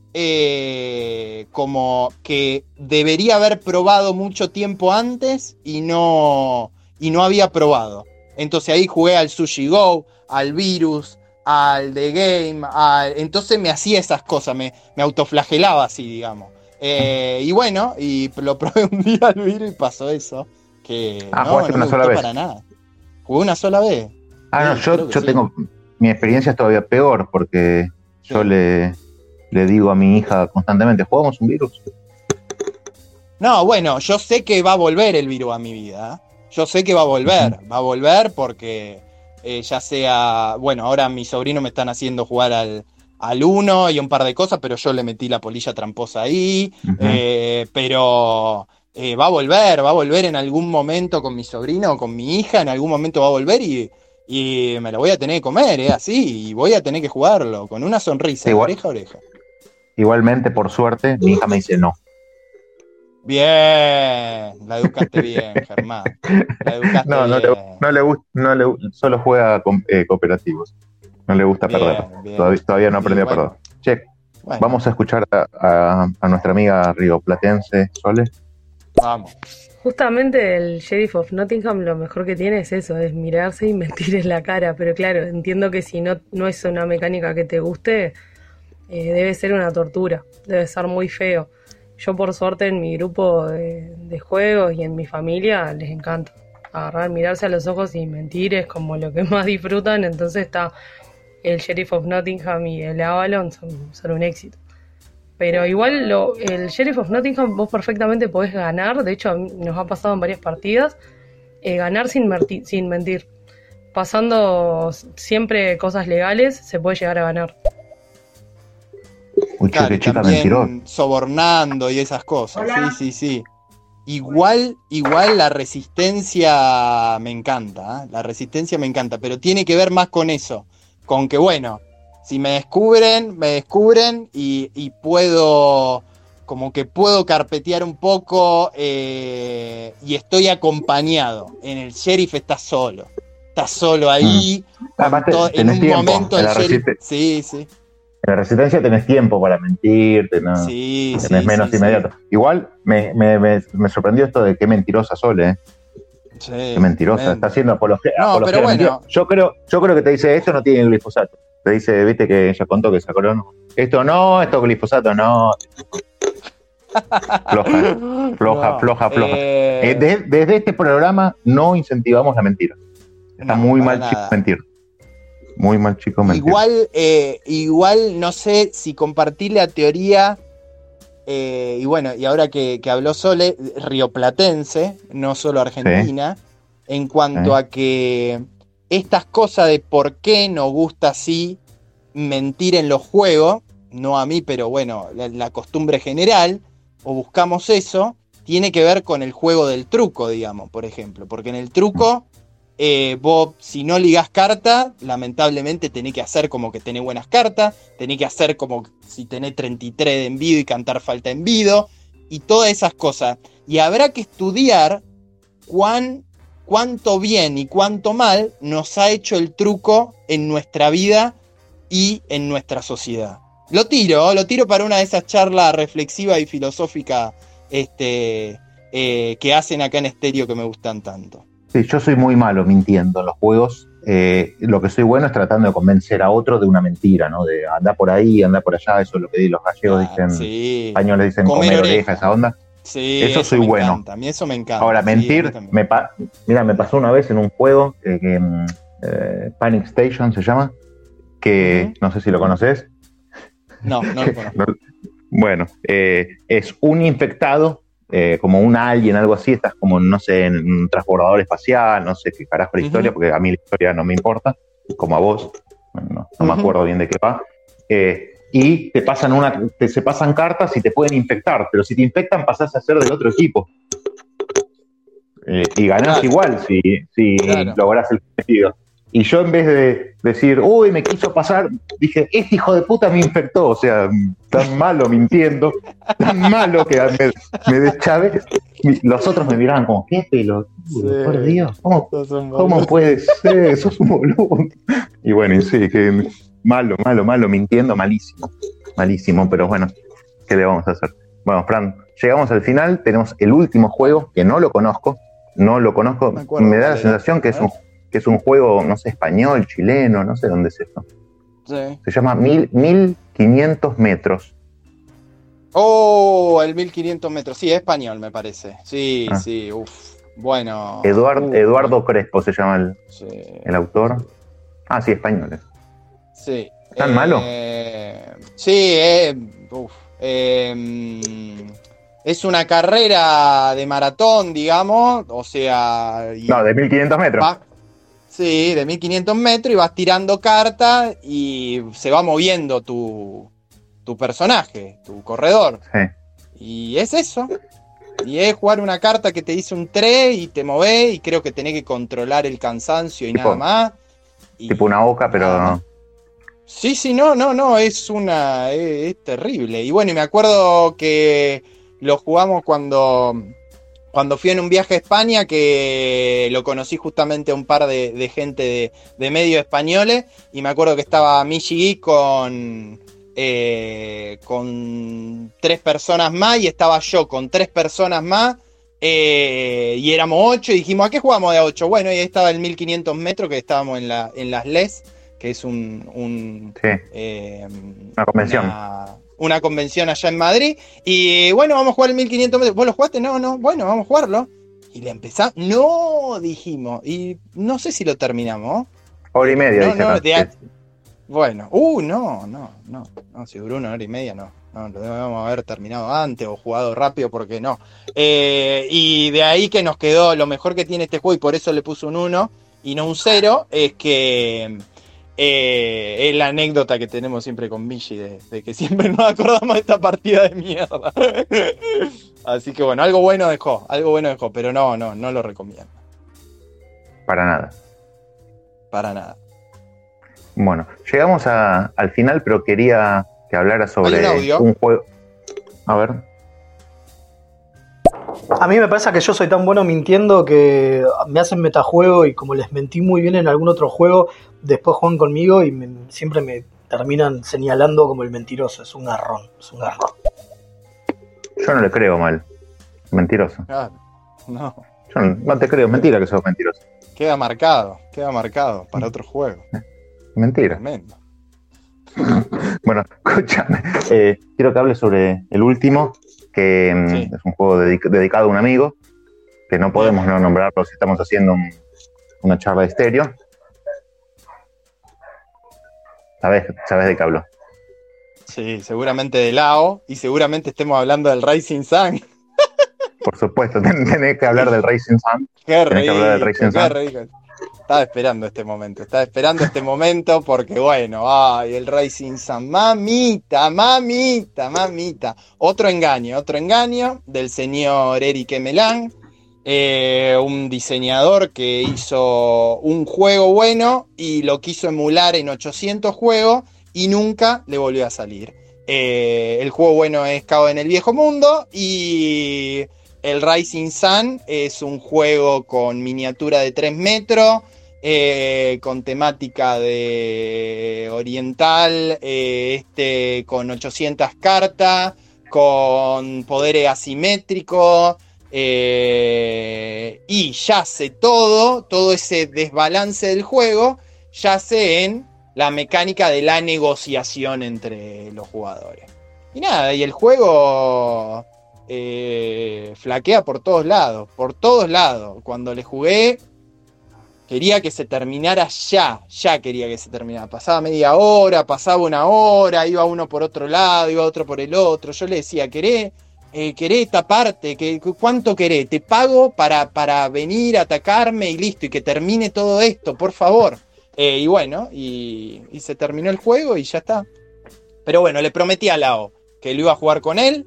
como que debería haber probado mucho tiempo antes y no había probado. Entonces ahí jugué al Sushi Go, al Virus, al The Game, entonces me hacía esas cosas, me autoflagelaba así, digamos. Y bueno, y lo probé un día al Virus y pasó eso. Que ¿jugaste una sola vez? Para nada. Jugué una sola vez. Yo tengo... Mi experiencia es todavía peor porque yo le digo a mi hija constantemente, ¿jugamos un Virus? No, bueno, yo sé que va a volver el Virus a mi vida. Yo sé que va a volver. Va a volver porque ya sea... Bueno, ahora mis sobrinos me están haciendo jugar al 1 y un par de cosas, pero yo le metí la polilla tramposa ahí. Pero va a volver en algún momento con mi sobrino o con mi hija, en algún momento va a volver y y me lo voy a tener que comer, así, y voy a tener que jugarlo, con una sonrisa, Igual. oreja a oreja. Igualmente, por suerte, mi hija me dice no. Bien, la educaste bien, Germán. La educaste No le gusta, solo juega cooperativos. No le gusta bien, perder. bien. Todavía no aprendió a Bueno, perder. Che, bueno, vamos a escuchar a nuestra amiga rioplatense, Sole. vamos. Justamente el Sheriff of Nottingham lo mejor que tiene es eso, es mirarse y mentir en la cara, pero claro, entiendo que si no es una mecánica que te guste, debe ser una tortura, debe ser muy feo. Yo por suerte en mi grupo de juegos y en mi familia les encanta agarrar, mirarse a los ojos y mentir, es como lo que más disfrutan, entonces está el Sheriff of Nottingham y el Avalon son un éxito. Pero igual el Sheriff of Nottingham vos perfectamente podés ganar, de hecho nos ha pasado en varias partidas, ganar sin mentir. Pasando siempre cosas legales se puede llegar a ganar. Uy, Claro, qué y chica también mentirosa. sobornando y esas cosas. Sí. Igual la resistencia me encanta, la resistencia me encanta, pero tiene que ver más con eso, con que bueno, si me descubren y puedo, como que puedo carpetear un poco y estoy acompañado. En el sheriff está solo ahí, Además, en tenés un tiempo. momento En el la, sheriff... Sí. en la resistencia tenés tiempo para mentirte, ¿no? Sí, Tenés menos inmediato. Igual me sorprendió esto de qué mentirosa Sole, Sí, Qué mentirosa. tremendo. Está haciendo apología. No, apología pero a la mentira. bueno. Yo creo que te dice esto no tiene glifosato. Te dice, viste que ella contó que sacó esto no, esto glifosato no. Floja. Desde este programa no incentivamos la mentira. Está No, muy para mal chico nada. mentir. Muy mal chico mentir. Igual no sé si compartir la teoría, y bueno, y ahora que habló Sole, rioplatense, no solo argentina, en cuanto a que estas cosas de por qué nos gusta así mentir en los juegos, no a mí, pero bueno, la costumbre general, o buscamos eso, tiene que ver con el juego del truco, digamos, por ejemplo, porque en el truco... vos, si no ligás carta, lamentablemente tenés que hacer como que tenés buenas cartas, tenés que hacer como si tenés 33 de envido y cantar falta envido, y todas esas cosas. Y habrá que estudiar cuánto bien y cuánto mal nos ha hecho el truco en nuestra vida y en nuestra sociedad. Lo tiro para una de esas charlas reflexivas y filosóficas que hacen acá en Estéreo que me gustan tanto. Sí, yo soy muy malo mintiendo en los juegos. Lo que soy bueno es tratando de convencer a otro de una mentira, ¿no? De andar por ahí, andar por allá, eso es lo que los gallegos dicen, sí. españoles dicen comer oreja, esa onda. Sí, eso soy bueno. Encanta. A mí eso me encanta. Ahora, mentir, mira, me pasó una vez en un juego Panic Station se llama, que no sé si lo conoces. No lo conozco. Bueno, es un infectado, como un alien, algo así, estás como, no sé, en un transbordador espacial, no sé qué carajo la historia, porque a mí la historia no me importa, como a vos, bueno, no me acuerdo bien de qué va, y se pasan cartas y te pueden infectar, pero si te infectan pasás a ser del otro equipo, y ganás igual si lográs el cometido. Y yo en vez de decir, uy, me quiso pasar, dije, este hijo de puta me infectó. O sea, tan malo mintiendo, tan malo que me deschavé. Los otros me miraban como, ¿qué pelo? Por Dios, ¿cómo puede ser? Sos un boludo. Y bueno, y sí, que malo, mintiendo, malísimo, pero bueno, ¿qué le vamos a hacer? Bueno, Fran, llegamos al final, tenemos el último juego, que no lo conozco, me da la sensación que es un juego, no sé, español, chileno, no sé dónde es esto. Sí. Se llama 1500 metros. Oh, el 1500 metros. Sí, es español, me parece. Sí, bueno. Eduardo Crespo se llama el autor. Ah, sí, español. Sí. ¿Tan malo? Sí, es una carrera de maratón, digamos, o sea... No, de 1500 metros. Sí, de 1500 metros y vas tirando cartas y se va moviendo tu personaje, tu corredor. Sí. Y es eso. Y es jugar una carta que te dice un 3 y te movés y creo que tenés que controlar el cansancio y nada más. tipo una oca, pero... Sí, no, es terrible. Y bueno, y me acuerdo que lo jugamos cuando fui en un viaje a España, que lo conocí justamente a un par de gente de medio españoles, y me acuerdo que estaba Michi con 3 personas más, y estaba yo con 3 personas más, y éramos 8, y dijimos, ¿a qué jugamos de a 8? Bueno, y ahí estaba el 1500 metros, que estábamos en las LES, que es una convención. Una convención allá en Madrid. Y bueno, vamos a jugar el 1500 metros. ¿Vos lo jugaste? No, bueno, vamos a jugarlo. Y le empezamos. No, dijimos. Y no sé si lo terminamos. Hora y media, dice acá. Bueno, no, si duró 1 hora y media, no, lo debemos haber terminado antes o jugado rápido, porque no. Y de ahí que nos quedó, lo mejor que tiene este juego, y por eso le puse un 1 y no un 0, es que es la anécdota que tenemos siempre con Michi, de que siempre nos acordamos de esta partida de mierda. Así que bueno, algo bueno dejó, pero no lo recomiendo. Para nada. Para nada. Bueno, llegamos al final, pero quería que hablara sobre un juego. A ver. A mí me pasa que yo soy tan bueno mintiendo que me hacen metajuego, y como les mentí muy bien en algún otro juego, después juegan conmigo y siempre me terminan señalando como el mentiroso. Es un garrón. Yo no le creo mal. Mentiroso. Claro, no. Yo no te creo, mentira que sos mentiroso. Queda marcado para otro juego. Mentira. Tremendo. Bueno, escúchame. Quiero que hables sobre el último, que es un juego dedicado a un amigo, que no podemos no nombrarlo si estamos haciendo una charla de estéreo. ¿Sabes de qué hablo? Sí, seguramente de Lao, y seguramente estemos hablando del Rising Sun. Por supuesto, tenés que hablar del Rising Sun. Qué rico. Estaba esperando este momento porque bueno, el Rising Sun, mamita. Otro engaño del señor Eric Melan, un diseñador que hizo un juego bueno y lo quiso emular en 800 juegos y nunca le volvió a salir. El juego bueno es Caos en el Viejo Mundo, y el Rising Sun es un juego con miniatura de 3 metros, con temática de oriental, con 800 cartas, con poderes asimétricos, y yace todo ese desbalance del juego, yace en la mecánica de la negociación entre los jugadores. Y nada, y el juego flaquea por todos lados. Cuando le jugué, quería que se terminara ya quería que se terminara. Pasaba media hora, pasaba 1 hora, iba uno por otro lado, iba otro por el otro. Yo le decía, ¿querés esta parte? ¿Cuánto querés? Te pago para venir a atacarme y listo, y que termine todo esto, por favor. Y bueno, y se terminó el juego y ya está. Pero bueno, le prometí a Lao que lo iba a jugar con él,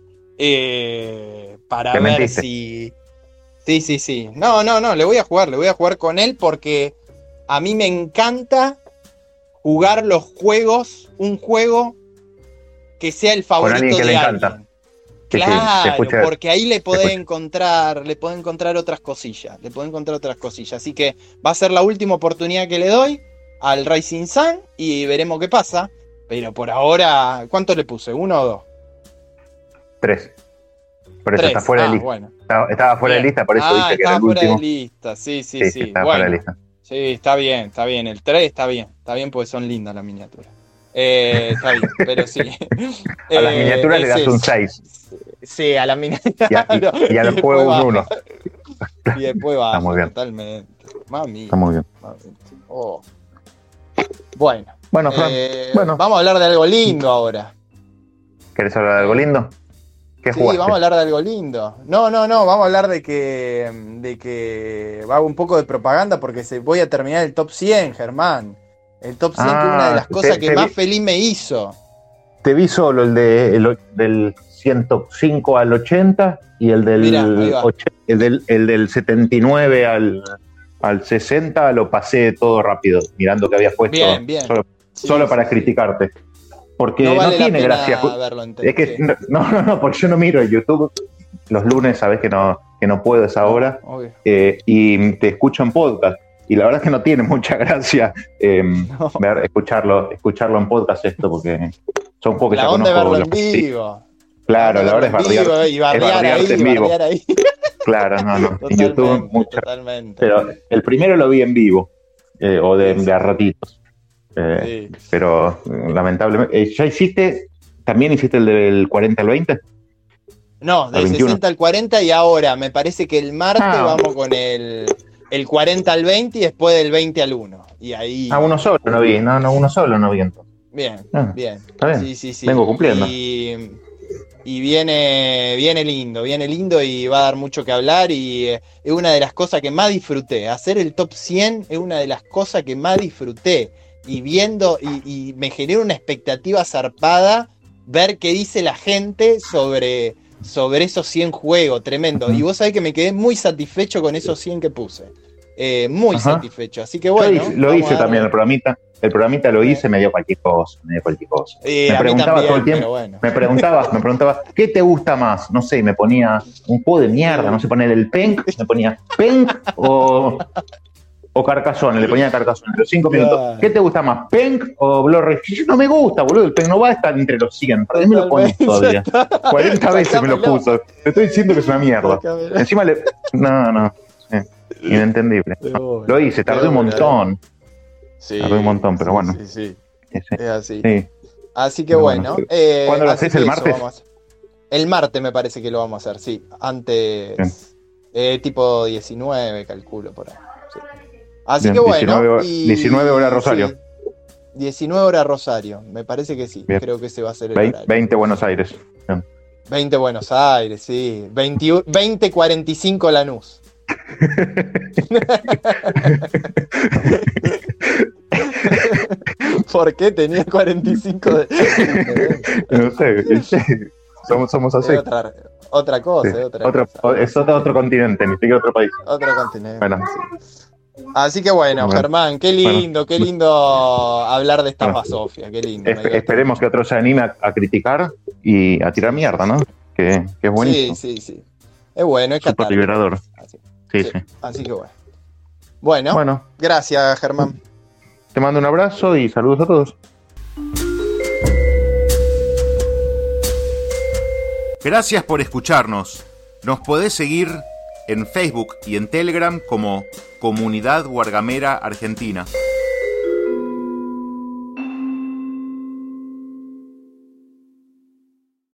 para ver si... Sí. No, le voy a jugar con él, porque a mí me encanta jugar los juegos, un juego que sea el favorito de alguien. Claro, porque ahí le podés encontrar otras cosillas. Así que va a ser la última oportunidad que le doy al Rising Sun y veremos qué pasa. Pero por ahora, ¿cuánto le puse? ¿1 o 2? 3. Por eso 3. está fuera de lista. Bueno. Estaba fuera de lista, por eso dije que era el último. Estaba fuera de lista, sí. Estaba fuera de lista. Sí, está bien. El 3 está bien porque son lindas las miniaturas. Está bien, pero sí. A las miniaturas le das un 6. Sí, a las miniaturas. Y al juego un 1. Y después va. Está muy bien. Totalmente. Mami. Está muy bien. Oh. Bueno, Fran, vamos a hablar de algo lindo ahora. ¿Querés hablar de algo lindo? ¿Qué jugaste? Sí, vamos a hablar de algo lindo. No, vamos a hablar de que hago un poco de propaganda, porque voy a terminar el top 100, Germán. El top 100, que es una de las cosas que más feliz me hizo. Te vi solo el del 105 al 80 y el del 79 al 60 lo pasé todo rápido, mirando que habías puesto Bien. solo para criticarte. Porque no vale tiene la pena gracia. verlo entero, Es que no, porque yo no miro YouTube. Los lunes sabes que no puedo a esa hora. Obvio. Y te escucho en podcast. Y la verdad es que no tiene mucha gracia escucharlo en podcast esto, porque son juegos que La ya onda de conozco. verlo en vivo. Claro, la verdad es bardear. Y bardearte en vivo. Ahí. Claro, no. En YouTube mucho. Totalmente. Pero el primero lo vi en vivo, o de a ratitos. Sí. Pero lamentablemente. ¿Ya también hiciste el del 40 al 20? No, del 60 al 40 y ahora me parece que el martes vamos con el 40 al 20 y después del 20 al 1. Y ahí. Uno solo no vi, uno solo no vi entonces. Bien. Está bien. Sí. Vengo cumpliendo. Y viene lindo y va a dar mucho que hablar y es una de las cosas que más disfruté. Hacer el top 100 es una de las cosas que más disfruté. Y viendo, y me genera una expectativa zarpada ver qué dice la gente sobre esos 100 juegos, tremendo. Y vos sabés que me quedé muy satisfecho con esos 100 que puse. Muy satisfecho. Así que bueno. Lo hice también, el programita lo hice, me dio cualquier cosa. Me preguntaba también, todo el tiempo. Bueno. Me preguntaba, ¿qué te gusta más? No sé, me ponía un juego de mierda, no sé, poner el Penk, me ponía Penk o Carcassonne, le ponía Carcassonne, los 5 minutos. ¿Qué te gusta más, Penk o Blood? No me gusta, boludo, el Penk no va a estar entre los 100. ¿Por qué me lo pones todavía? 40 veces me lo puso. Te estoy diciendo que es una mierda. Encima No. Inentendible. Lo hice, tardé un montón. Sí, tardé un montón, pero bueno. Sí. Es así. Sí. Así que bueno. ¿Cuándo lo haces? ¿El martes? El martes me parece que lo vamos a hacer, sí. Antes, tipo 19, calculo por ahí. Sí. Así que bueno. 19 horas Rosario. Sí, 19 horas Rosario, me parece que sí. Bien. Creo que ese va a ser el horario. 20 Buenos Aires. Bien. 20 Buenos Aires, sí. 20:45 Lanús. ¿Por qué tenía 45 No sé. Somos así. Otra cosa, sí. otra cosa. Es otro continente, ni siquiera otro país. Otro continente. Bueno. Sí. Así que bueno, Germán, qué lindo hablar de esta basofia, qué lindo. Esperemos que otro se anime a criticar y a tirar mierda, ¿no? Que es buenísimo. Sí. Es bueno, es súper liberador. Sí. Así que bueno. Gracias, Germán. Te mando un abrazo y saludos a todos. Gracias por escucharnos. Nos podés seguir en Facebook y en Telegram como Comunidad Guargamera Argentina.